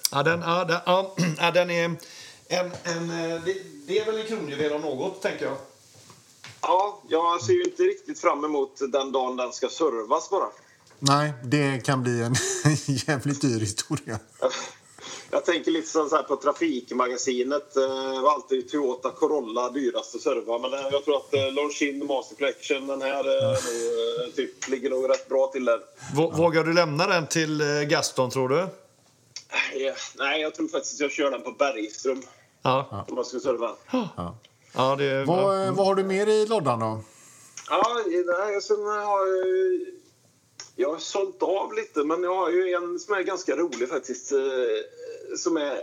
B: Den är det är väl en kronjuvel av något, tänker jag.
C: Ja, jag ser ju inte riktigt fram emot den dagen den ska servas bara.
A: Nej, det kan bli en jävligt dyr historia.
C: Jag tänker lite så här på Trafikmagasinet. Var alltid Toyota Corolla dyrast att serva. Men jag tror att Longines Master Collection, den här typ, ligger nog rätt bra till där.
B: Vågar du lämna den till Gaston, tror du?
C: Nej, jag tror faktiskt att jag kör den på Bergström.
B: Ja.
C: Om man ska serva.
B: Ja,
A: vad har du mer i lådan då?
C: Ja, sen har jag har sålt av lite, men jag har ju en som är ganska rolig faktiskt. Som är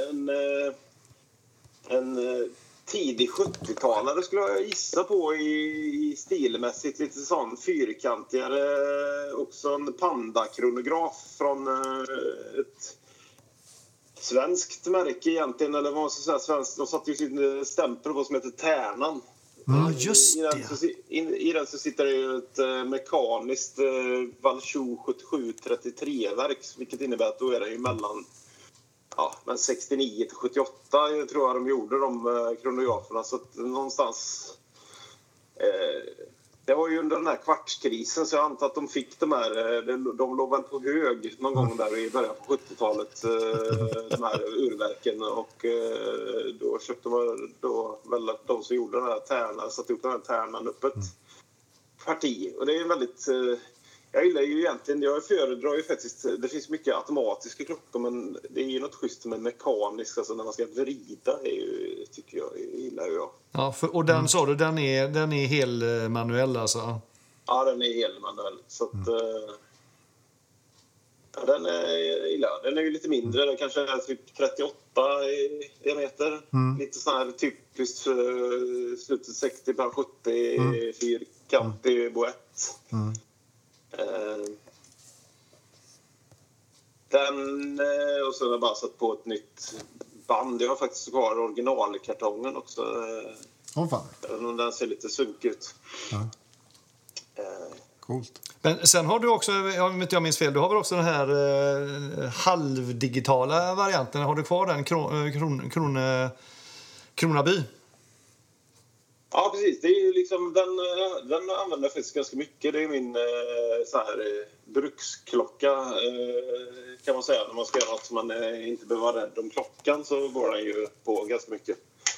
C: en tidig 70-talare skulle jag gissa på i stilmässigt. Lite sån fyrkantigare, också en Panda-kronograf från ett svenskt märke egentligen, eller vad man ska säga, svenskt. De satte ju sin stämpel på som heter Tärnan.
B: Ja, just det.
C: I den så sitter det ju ett mekaniskt Valchou 7733-verk, vilket innebär att då är det ju mellan 69 till 78 tror jag de gjorde de kronograferna. Så att någonstans... det var ju under den här kvartskrisen, så jag antar att de fick de här... De låg väl på hög någon gång där i början på 70-talet, de här urverken. Och då köpte man väl de som gjorde den här tärnan, satte upp den här tärnan upp ett parti. Och det är väldigt... Jag gillar ju egentligen, jag föredrar ju faktiskt, det finns mycket automatiska klockor, men det är ju något schysst med mekanisk, alltså när man ska vrida, är ju, tycker jag, gillar jag.
B: Ja, och den sa du, den är hel manuell alltså?
C: Ja, den är hel manuell, så att den är ju lite mindre, den kanske är typ 38 i diameter, lite sån här typiskt slutet 60 på 70 fyrkantig boett. Den, och så har jag bara satt på ett nytt band. Jag har faktiskt kvar originalkartongen också.
A: Fan.
C: Den ser lite sunk ut.
A: Ja. Coolt.
B: Men sen har du också, om inte jag minns fel, du har väl också den här halvdigitala varianten. Har du kvar den Kronaby?
C: Ja, precis. Det är ju liksom, den använder jag faktiskt ganska mycket. Det är min så här, bruksklocka, kan man säga. När man ska göra något som man inte behöver vara rädd om klockan, så går den ju på ganska mycket.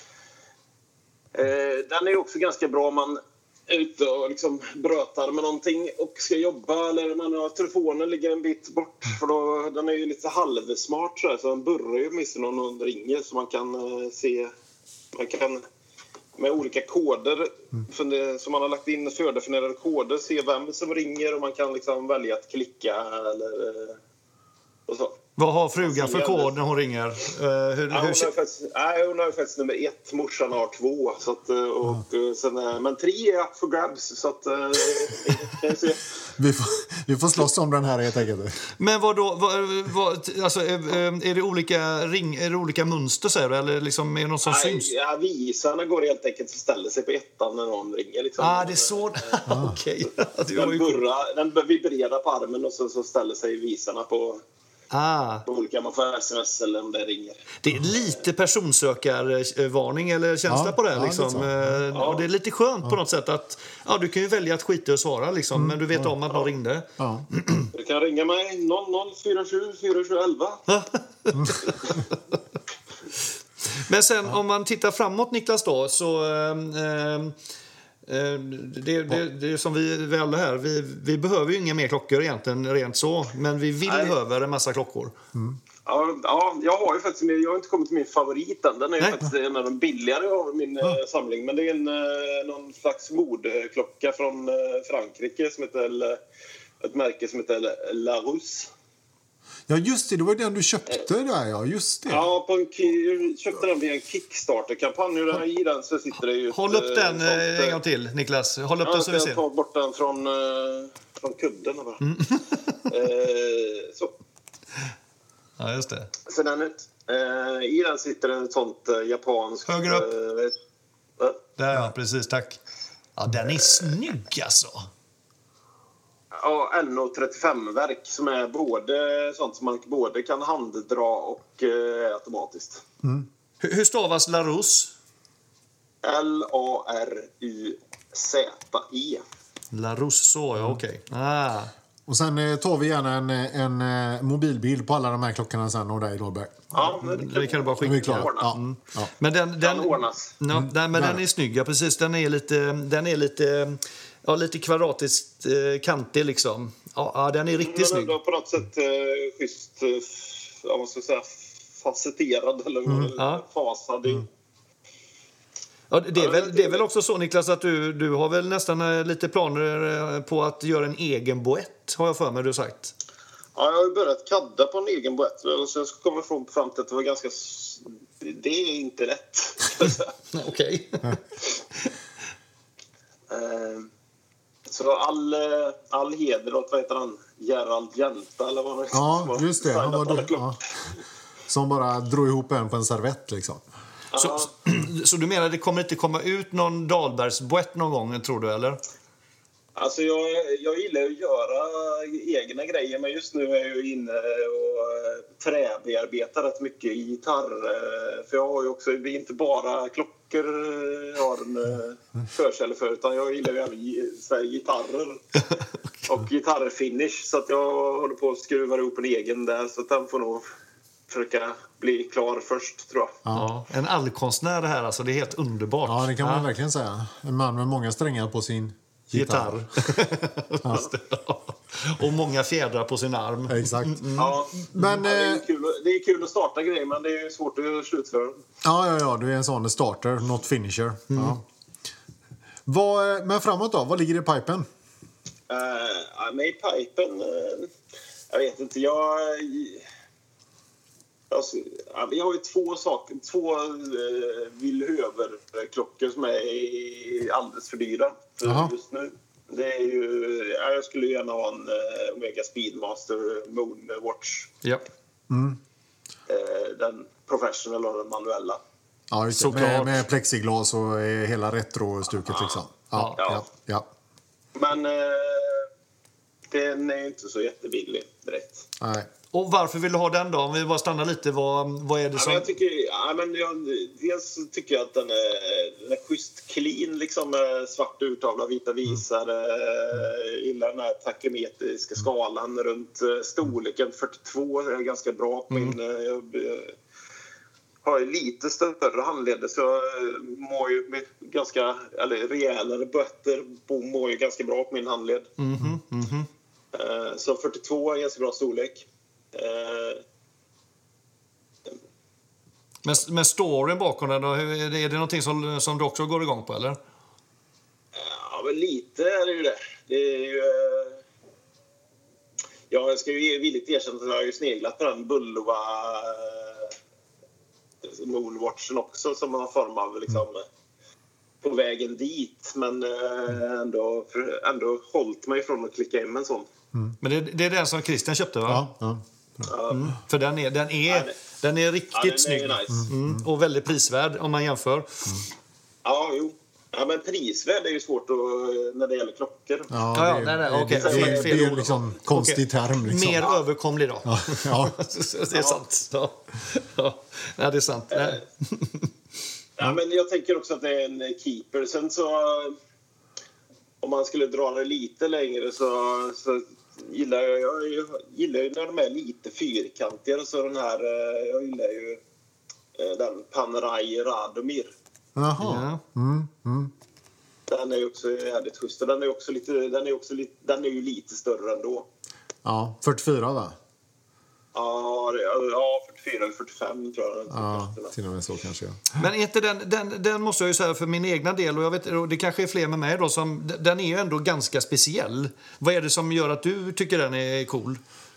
C: Den är också ganska bra om man är ute och liksom brötar med någonting och ska jobba, eller man har telefonen ligger en bit bort, för då, den är ju lite halvsmart så den burrar ju åtminstone när någon ringer, så man kan se, man kan med olika koder som man har lagt in, fördefinierade koder, se vem som ringer, och man kan liksom välja att klicka eller och så.
B: Vad har frugan för kod när hon ringer?
C: Hon har faktiskt nummer 1, morsan har 2. Så att, och sen, men 3 är up for grabs. Så att,
A: vi får slåss om den här helt enkelt.
B: Men alltså, är det olika mönster, säger du? Eller liksom, är det något som syns?
C: Ja, visarna går helt enkelt och ställer sig på 1 när någon ringer. Liksom.
B: Det är så. Okej.
C: Den vibrerar på armen och så ställer sig visarna på olika, man får sms eller om det ringer.
B: Det är lite personsökarvarning eller känsla på det liksom. Och det är lite skönt på något sätt att du kan ju välja att skita och svara liksom, men du vet om att någon ringde.
C: Du kan ringa mig 0047 4711.
B: Men sen om man tittar framåt, Niklas, då, så det är som vi alla här, vi behöver ju inga mer klockor egentligen rent så, men vi vill behöver en massa klockor.
C: Ja, jag har ju faktiskt, jag har inte kommit till min favorit än. Den är ju faktiskt en av de billigare av min samling, men det är någon slags modklocka från Frankrike som heter ett märke som heter Larousse.
A: Ja, just det. Det var den du köpte där, ja. Just det.
C: Ja, jag köpte den via en Kickstarter-kampanj. I den så sitter det ju...
B: Håll upp den en gång till, Niklas. Håll upp den så vi ser.
C: Jag tar bort den från kudden. Så.
B: Ja, just det.
C: Så den ut. I den sitter ett sånt japanskt...
B: Högre upp. Där, ja, precis. Tack. Ja, den är snygg, alltså.
C: Ja, NO35-verk som är både sånt som man både kan handdra och automatiskt.
B: Hur stavas Larousse?
C: Laruze.
B: Larousse, så ja, okej.
A: Och sen tar vi gärna en mobilbild på alla de här klockorna sen och dig, Robert.
C: Ja,
B: det kan du bara skicka. Men den ordnas. Men den är snygg, ja, precis. Den är lite lite kvadratiskt kantig liksom. Ja, den är riktigt snygg.
C: Den är på något sätt schysst, vad ska jag säga, facetterad eller fasad.
B: Ja, det är väl också så, Niklas, att du har väl nästan lite planer på att göra en egen boett, har jag för mig du sagt.
C: Ja, jag har börjat kadda på en egen boett. Och sen kommer jag fram till att det var ganska... Det är inte lätt.
B: Okej.
C: Så all heder åt, vad heter han? Gerald Jänta eller vad han heter.
A: Ja, just det. Han var som bara drog ihop en på en servett liksom.
B: Så du menar det kommer inte komma ut någon Dahlbergsboett någon gång, tror du, eller?
C: Alltså jag gillar att göra egna grejer, men just nu är jag ju inne och träbearbetar rätt mycket i gitarr. För jag har ju också, det är inte bara klockor jag har en förkärlek för, utan jag gillar ju även gitarrer och gitarrfinish. Så att jag håller på att skruva ihop en egen där, så att den får nog försöka bli klar först, tror jag.
B: Ja, en allkonstnär det här, alltså, det är helt underbart.
A: Ja, det kan man verkligen säga. En man med många strängar på sin gitarr.
B: Och många fjädrar på sin arm.
A: Exakt.
C: Ja, men, det är kul att starta grejer, men det är svårt att slutföra.
A: Ja, du är en sån starter, not finisher. Men framåt då, vad ligger i pipen?
C: Med i pipen, jag vet inte, jag har ju två Willhöver-klockor som är alldeles för dyra just nu. Det är ju, jag skulle gärna ha en Omega Speedmaster Moonwatch.
B: Ja.
C: Den professional och den manuella.
A: Ja, just det. Med plexiglas och hela retro-stuket liksom. Ja.
C: Men den är inte så jättebillig direkt.
A: Nej.
B: Och varför vill du ha den då? Om vi bara stannar lite, vad är det som...
C: Dels tycker jag att den är schysst clean, liksom, svart urtavla, vita visar. Gillar den här takemetriska skalan runt storleken 42 är ganska bra på min... Jag har lite större handleder så mår ju med ganska, eller rejälare bötter mår ju ganska bra på min handled. Så 42 är ganska bra storlek.
B: Men storyn bakom den då, är det någonting som du också går igång på, eller?
C: Ja, men lite är det ju det. Det är ju... jag ska ju villigt erkänna att jag har ju sneglat på den Bulova Moonwatchen också som har form av liksom på vägen dit, men ändå hållit mig från att klicka in en sån.
B: Men det är den som Christian köpte, va?
A: Ja.
B: För den är riktigt snygg.
C: Nice.
B: Och väldigt prisvärd om man jämför.
C: Ja, jo. Ja, men prisvärd är ju svårt när det gäller klockor.
A: Det är ju liksom konstig term. Liksom.
B: Mer överkomlig då.
A: Ja.
B: Det är sant. Ja, det är sant.
C: Ja, men jag tänker också att det är en keeper. Sen så, om man skulle dra det lite längre så gillar jag gillar ju när de är lite fyrkantigare. Så den här, jag gillar ju den Panerai Radomir.
A: Jaha.
C: Den är ju också jävligt schysst. Den är ju lite större ändå.
A: Ja, 44 va?
C: Ja, 44 eller 45 tror jag.
A: Ja, till och med så kanske.
B: Men inte den måste jag ju säga för min egna del, och jag vet, och det kanske är fler med mig då, som den är ju ändå ganska speciell. Vad är det som gör att du tycker den är cool?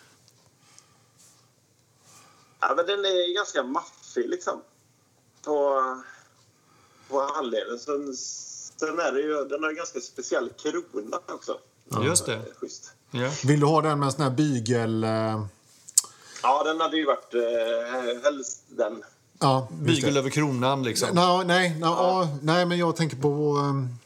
C: Ja, men den är ganska maffig liksom. På handleden. Sen är det ju, den har en ganska speciell krona också.
B: Ja, just det.
C: Schysst.
A: Ja. Vill du ha den med en sån här bygel?
C: Ja, den hade ju varit helst den.
A: Ja,
B: bygel över kronan liksom.
A: Nej, men jag tänker på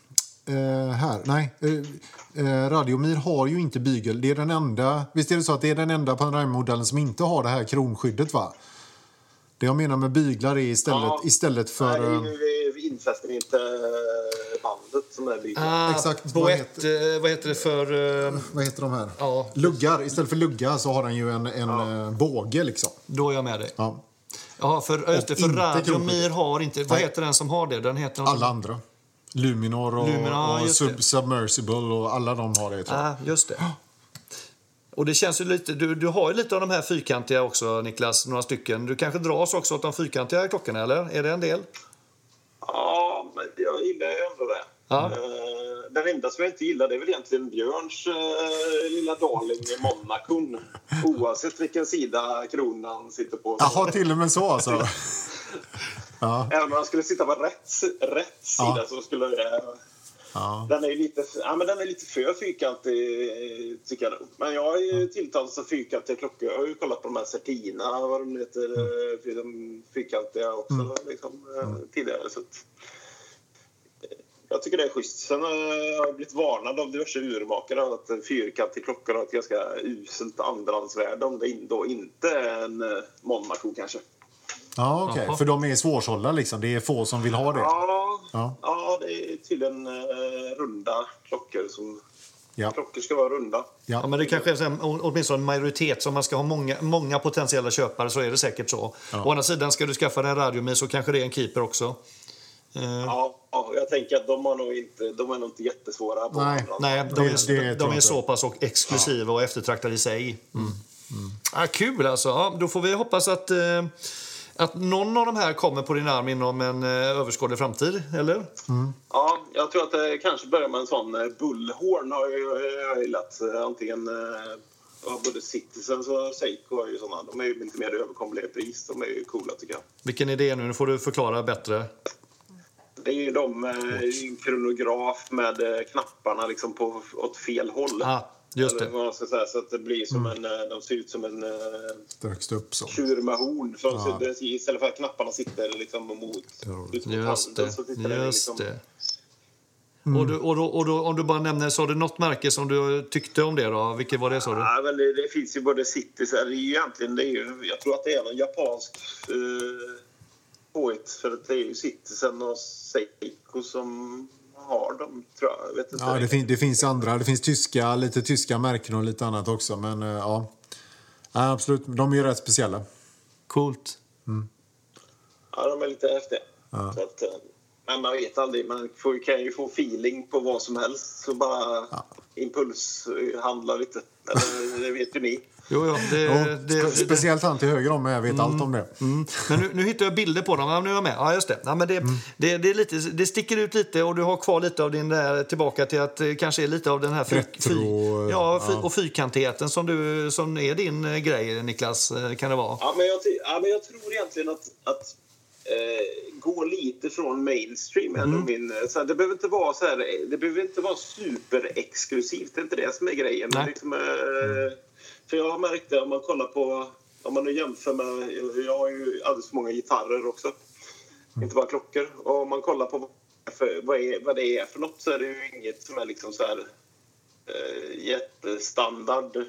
A: här. Nej, Radiomir har ju inte bygel. Det är den enda. Visst är det så att det är den enda Panerai-modellen som inte har det här kronskyddet, va? Det jag menar med byglar är istället för...
C: Nej, infäster inte bandet som är byglar.
A: Exakt.
B: Vad heter det för...
A: Vad heter de här?
B: Ja.
A: Luggar. Istället för lugga så har den ju en båge liksom.
B: Då är jag med dig.
A: Ja.
B: Ja, för Radiomir har inte... Vad heter den som har det? Den heter
A: alla andra. Luminor och Submersible och alla de har det, tror jag.
B: Just det. Och det känns ju lite... Du har ju lite av de här fyrkantiga också, Niklas. Några stycken. Du kanske dras också åt de fyrkantiga klockorna, eller? Är det en del?
C: Ja, men jag gillar ju ändå det.
B: Ja.
C: Den enda som jag inte gillar, det är väl egentligen Björns lilla darling i Monaco. Oavsett vilken sida kronan sitter på.
A: Jaha, till och med så alltså. Ja.
C: Även om han skulle sitta på rätt sida så skulle det... Ja. Den är lite för fyrkantig, tycker jag. Men jag har ju tilltalat av fyrkantiga klockor. Jag har ju kollat på de här Certina, vad de heter, de fyrkantiga också liksom, tidigare. Så att, jag tycker det är schysst. Sen har jag blivit varnad av diverse urmakare att en fyrkantig klocka har ett ganska uselt andrahandsvärde om det då inte är en Monaco kanske.
A: Ja, okej. För de är svårsålda liksom. Det är få som vill ha det.
C: Ja, det är tydligen runda klockor som... Ja. Klockor ska vara runda.
B: Ja, men det kanske är åtminstone en majoritet. Som man ska ha många potentiella köpare, så är det säkert så. Ja. Å andra sidan, ska du skaffa en Radiomir så kanske det är en keeper också.
C: Ja, jag tänker att de är nog inte jättesvåra.
B: Nej, de är så pass exklusiva och eftertraktade i sig. Kul alltså. Ja, då får vi hoppas att någon av de här kommer på din arm inom en överskådlig framtid, eller?
C: Ja, jag tror att det kanske börjar med en sån Bullhorn har jag gillat. Antingen både Citizens och Seiko har ju såna. De är ju lite mer överkomliga i pris. De är ju coola, tycker jag.
B: Vilken är det nu? Nu får du förklara bättre.
C: Det är ju en kronograf med knapparna liksom åt fel håll.
B: Just det.
C: Eller vad man ska säga, så att det blir som de ser ut som en
A: tjur
C: med horn. Istället för att knapparna sitter liksom mot handen, så sitter det liksom...
B: Och om du bara nämner, så har du något märke som du tyckte om det då? Vilket var det, sa du?
C: Ja, men det finns ju både City, så det är ju egentligen, jag tror att det är någon japansk påhitt, för det är ju Citizen och Seiko som har dem, tror jag. Vet inte.
A: Ja, det finns andra. Det finns lite tyska märken och lite annat också. Men ja, absolut. De är ju rätt speciella.
B: Coolt.
C: Ja, de är lite häftiga.
A: Ja.
C: Så att, men man vet aldrig. Man kan ju få feeling på vad som helst. Så bara impulshandla lite. Eller, det vet ju ni.
B: Jo,
A: speciellt han till höger om mig, jag vet allt om det.
B: Men nu hittar jag bilder på dem. Nu är jag med. Ja, just det. Ja, men det är lite, det sticker ut lite, och du har kvar lite av din där, tillbaka till att kanske är lite av den här och fyrkantigheten som är din grej, Niklas, kan det vara?
C: Ja, men jag tror egentligen att gå lite från mainstream. Så det behöver inte vara så här, det behöver inte vara superexklusivt. Det är inte det som är grejen. Liksom, för jag har märkt det, om man kollar på, om man nu jämför med, jag har ju alldeles för många gitarrer också, inte bara klockor, och om man kollar på vad det är för något, så är det ju inget som är liksom så här jättestandard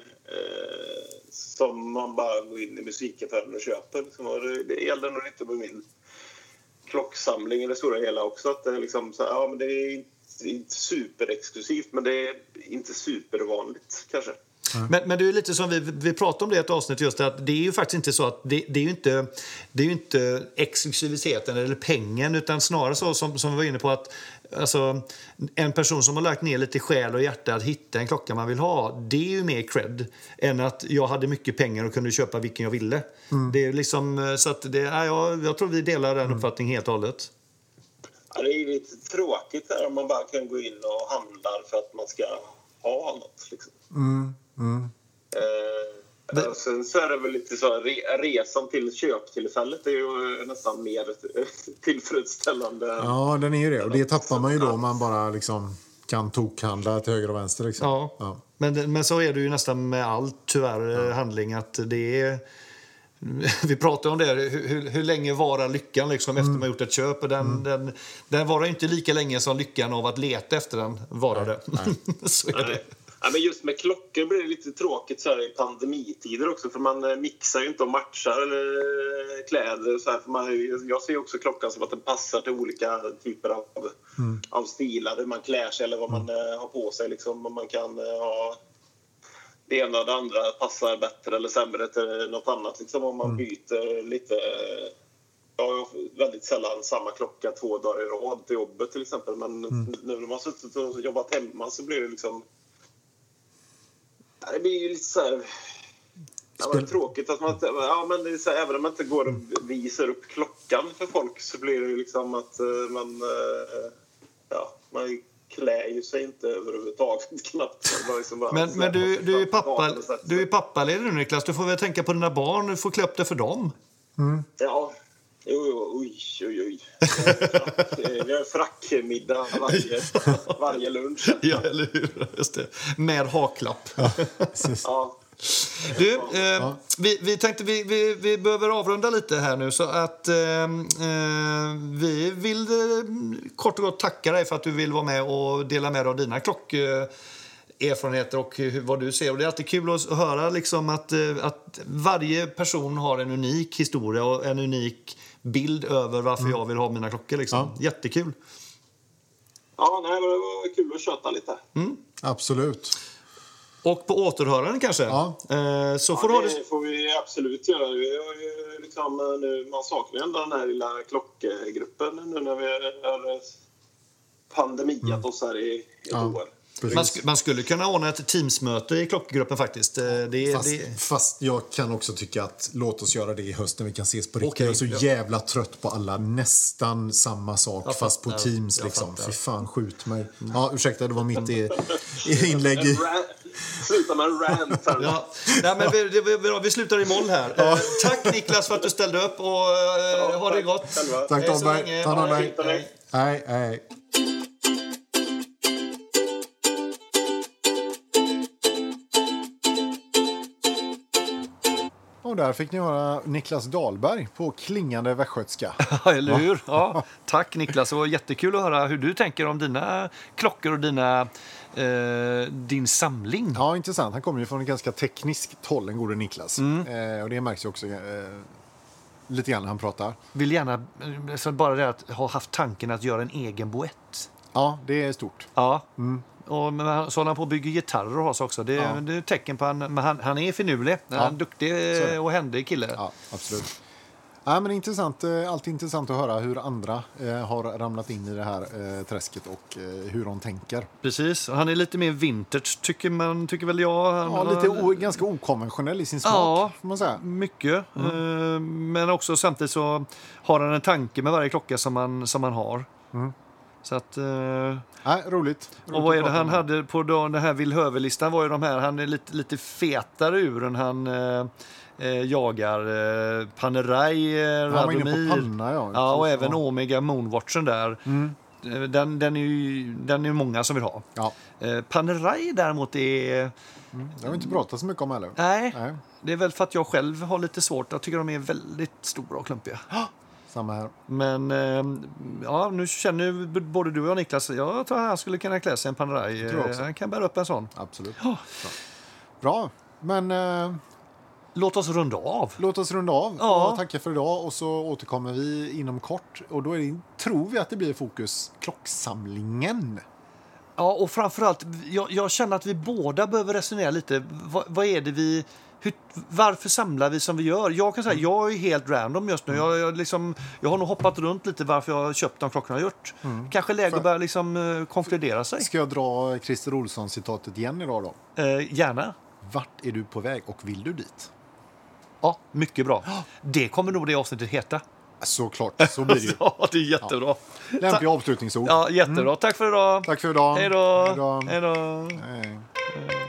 C: som man bara går in i musikaffären och köper. Det gäller nog lite med min klocksamling i det stora hela också, att det är liksom så här, ja, men det är inte superexklusivt, men det är inte supervanligt kanske.
B: Men det är lite som vi pratade om det i ett avsnitt, just att det är ju faktiskt inte så att det är ju inte exklusiviteten eller pengen, utan snarare så som vi var inne på, att alltså, en person som har lagt ner lite själ och hjärta att hitta en klocka man vill ha, det är ju mer cred än att jag hade mycket pengar och kunde köpa vilken jag ville. Det är liksom, så att jag tror vi delar den uppfattningen helt och hållet.
C: Ja, det är lite tråkigt där om man bara kan gå in och handla för att man ska ha något liksom. Sen så är det väl lite så, resan till köptillfället är ju nästan mer tillfredsställande.
A: Ja, den är ju det. Och det tappar man ju då om man bara liksom kan tokhandla till höger och vänster liksom.
B: Ja. Men så är det ju nästan med allt, tyvärr, handling, att det är... Vi pratar om det, hur länge varar lyckan liksom, efter man gjort ett köp, och den varar inte lika länge som lyckan av att leta efter den varade. Så är det.
C: Ja, men just med klockor blir det lite tråkigt så här i pandemitider också, för man mixar ju inte och matchar eller kläder så här, för jag ser också klockan som att den passar till olika typer av stilar, hur man klär sig eller vad man har på sig liksom, och man kan ha det ena och det andra passar bättre eller sämre till något annat liksom, om man byter lite. Jag har väldigt sällan samma klocka 2 dagar i rad till jobbet till exempel, men nu när man har suttit och jobbat hemma så blir det liksom, det blir ju lite så här, det är tråkigt att man inte, men det är så här, även om man inte går och visar upp klockan för folk, så blir det ju liksom att man klär ju sig inte överhuvudtaget knappt.
B: Men du är pappaledig nu, Niklas. Du får väl tänka på dina barn. Du får klä upp det för dem.
C: Ja. Oj. Vi har frackmiddag varje lunch.
B: Ja, eller hur? Just det. Med haklapp.
C: Ja.
B: Du, vi tänkte vi behöver avrunda lite här nu, så att vi vill kort och gott tacka dig för att du vill vara med och dela med dig av dina klockerfarenheter och vad du ser. Och det är alltid kul att höra liksom att varje person har en unik historia och en unik bild över varför jag vill ha mina klockor liksom. Jättekul.
C: Ja, det var kul att köta lite.
A: Absolut.
B: Och på återhöraren kanske. Så får
C: det får vi absolut göra. Vi har ju liksom, nu, man saknar ändå den här lilla klockgruppen nu när vi har pandemiat oss här i ett år.
B: Man skulle kunna ordna ett teamsmöte i klockgruppen faktiskt.
A: Fast jag kan också tycka att låt oss göra det i höst när vi kan ses på riktigt. Jag är så jävla trött på alla nästan samma sak fast på Teams liksom. Fy fan, skjut mig. Ja, ursäkta, det var mitt inlägg i...
C: Sluta med en rant här.
B: Vi slutar i moll här. Tack Niklas för att du ställde upp och ha det gott.
A: Tack Tobbe. Ta hand om dig. Hej. Och där fick ni höra Niklas Dahlberg på klingande västgötska.
B: Ja, eller hur? Ja. Tack Niklas, det var jättekul att höra hur du tänker om dina klockor och din samling.
A: Ja, intressant. Han kommer ju från en ganska tekniskt håll, den gode Niklas. Och det märks ju också lite grann när han pratar.
B: Vill gärna, så bara det att ha haft tanken att göra en egen boett.
A: Ja, det är stort.
B: Ja. Och så håller han på att bygga gitarrer och har också. Det är ett tecken på han är finurlig. Han är duktig och händig kille.
A: Ja, absolut. Ja, men intressant, alltid intressant att höra hur andra har ramlat in i det här träsket och hur de tänker.
B: Precis, han är lite mer vintage tycker väl jag.
A: Lite ganska okonventionell i sin smak, får man säga.
B: Mycket. Men också samtidigt så har han en tanke med varje klocka som han har. Så att...
A: roligt.
B: Och vad är det han hade på den här Villhöver-listan var ju de här, han är lite fetare uren han jagar Panerai, Radomir.
A: Han var inne på Panna,
B: ja. Och även Omega Moonwatchen där. Den är ju många som vill ha.
A: Ja.
B: Panerai däremot är...
A: Jag har inte pratat så mycket om heller.
B: Nej, det är väl för att jag själv har lite svårt. Jag tycker de är väldigt stora och klumpiga.
A: Samma här.
B: Men nu känner både du och jag, Niklas, jag tror att han skulle kunna klä sig en Panerai. Han kan bära upp en sån.
A: Absolut. Bra. Men
B: låt oss runda av.
A: Ja. Tackar för idag och så återkommer vi inom kort. Och då tror vi att det blir fokus klocksamlingen.
B: Ja, och framförallt, jag känner att vi båda behöver resonera lite. Vad är det varför samlar vi som vi gör? Jag kan säga, jag är helt random just nu. Jag har nog hoppat runt lite varför jag har köpt de klockorna jag har gjort. Kanske läge att börja konkludera sig.
A: Ska jag dra Christer Olsson-citatet igen idag då?
B: Gärna.
A: Vart är du på väg och vill du dit?
B: Ja, mycket bra. Det kommer nog det avsnittet heta.
A: Såklart, så blir det ju.
B: Ja, det är jättebra.
A: Lämpliga avslutningsord.
B: Ja, jättebra. Tack för idag.
A: Tack för idag.
B: Hej då.
A: Hej då.
B: Hej då.
A: Hej.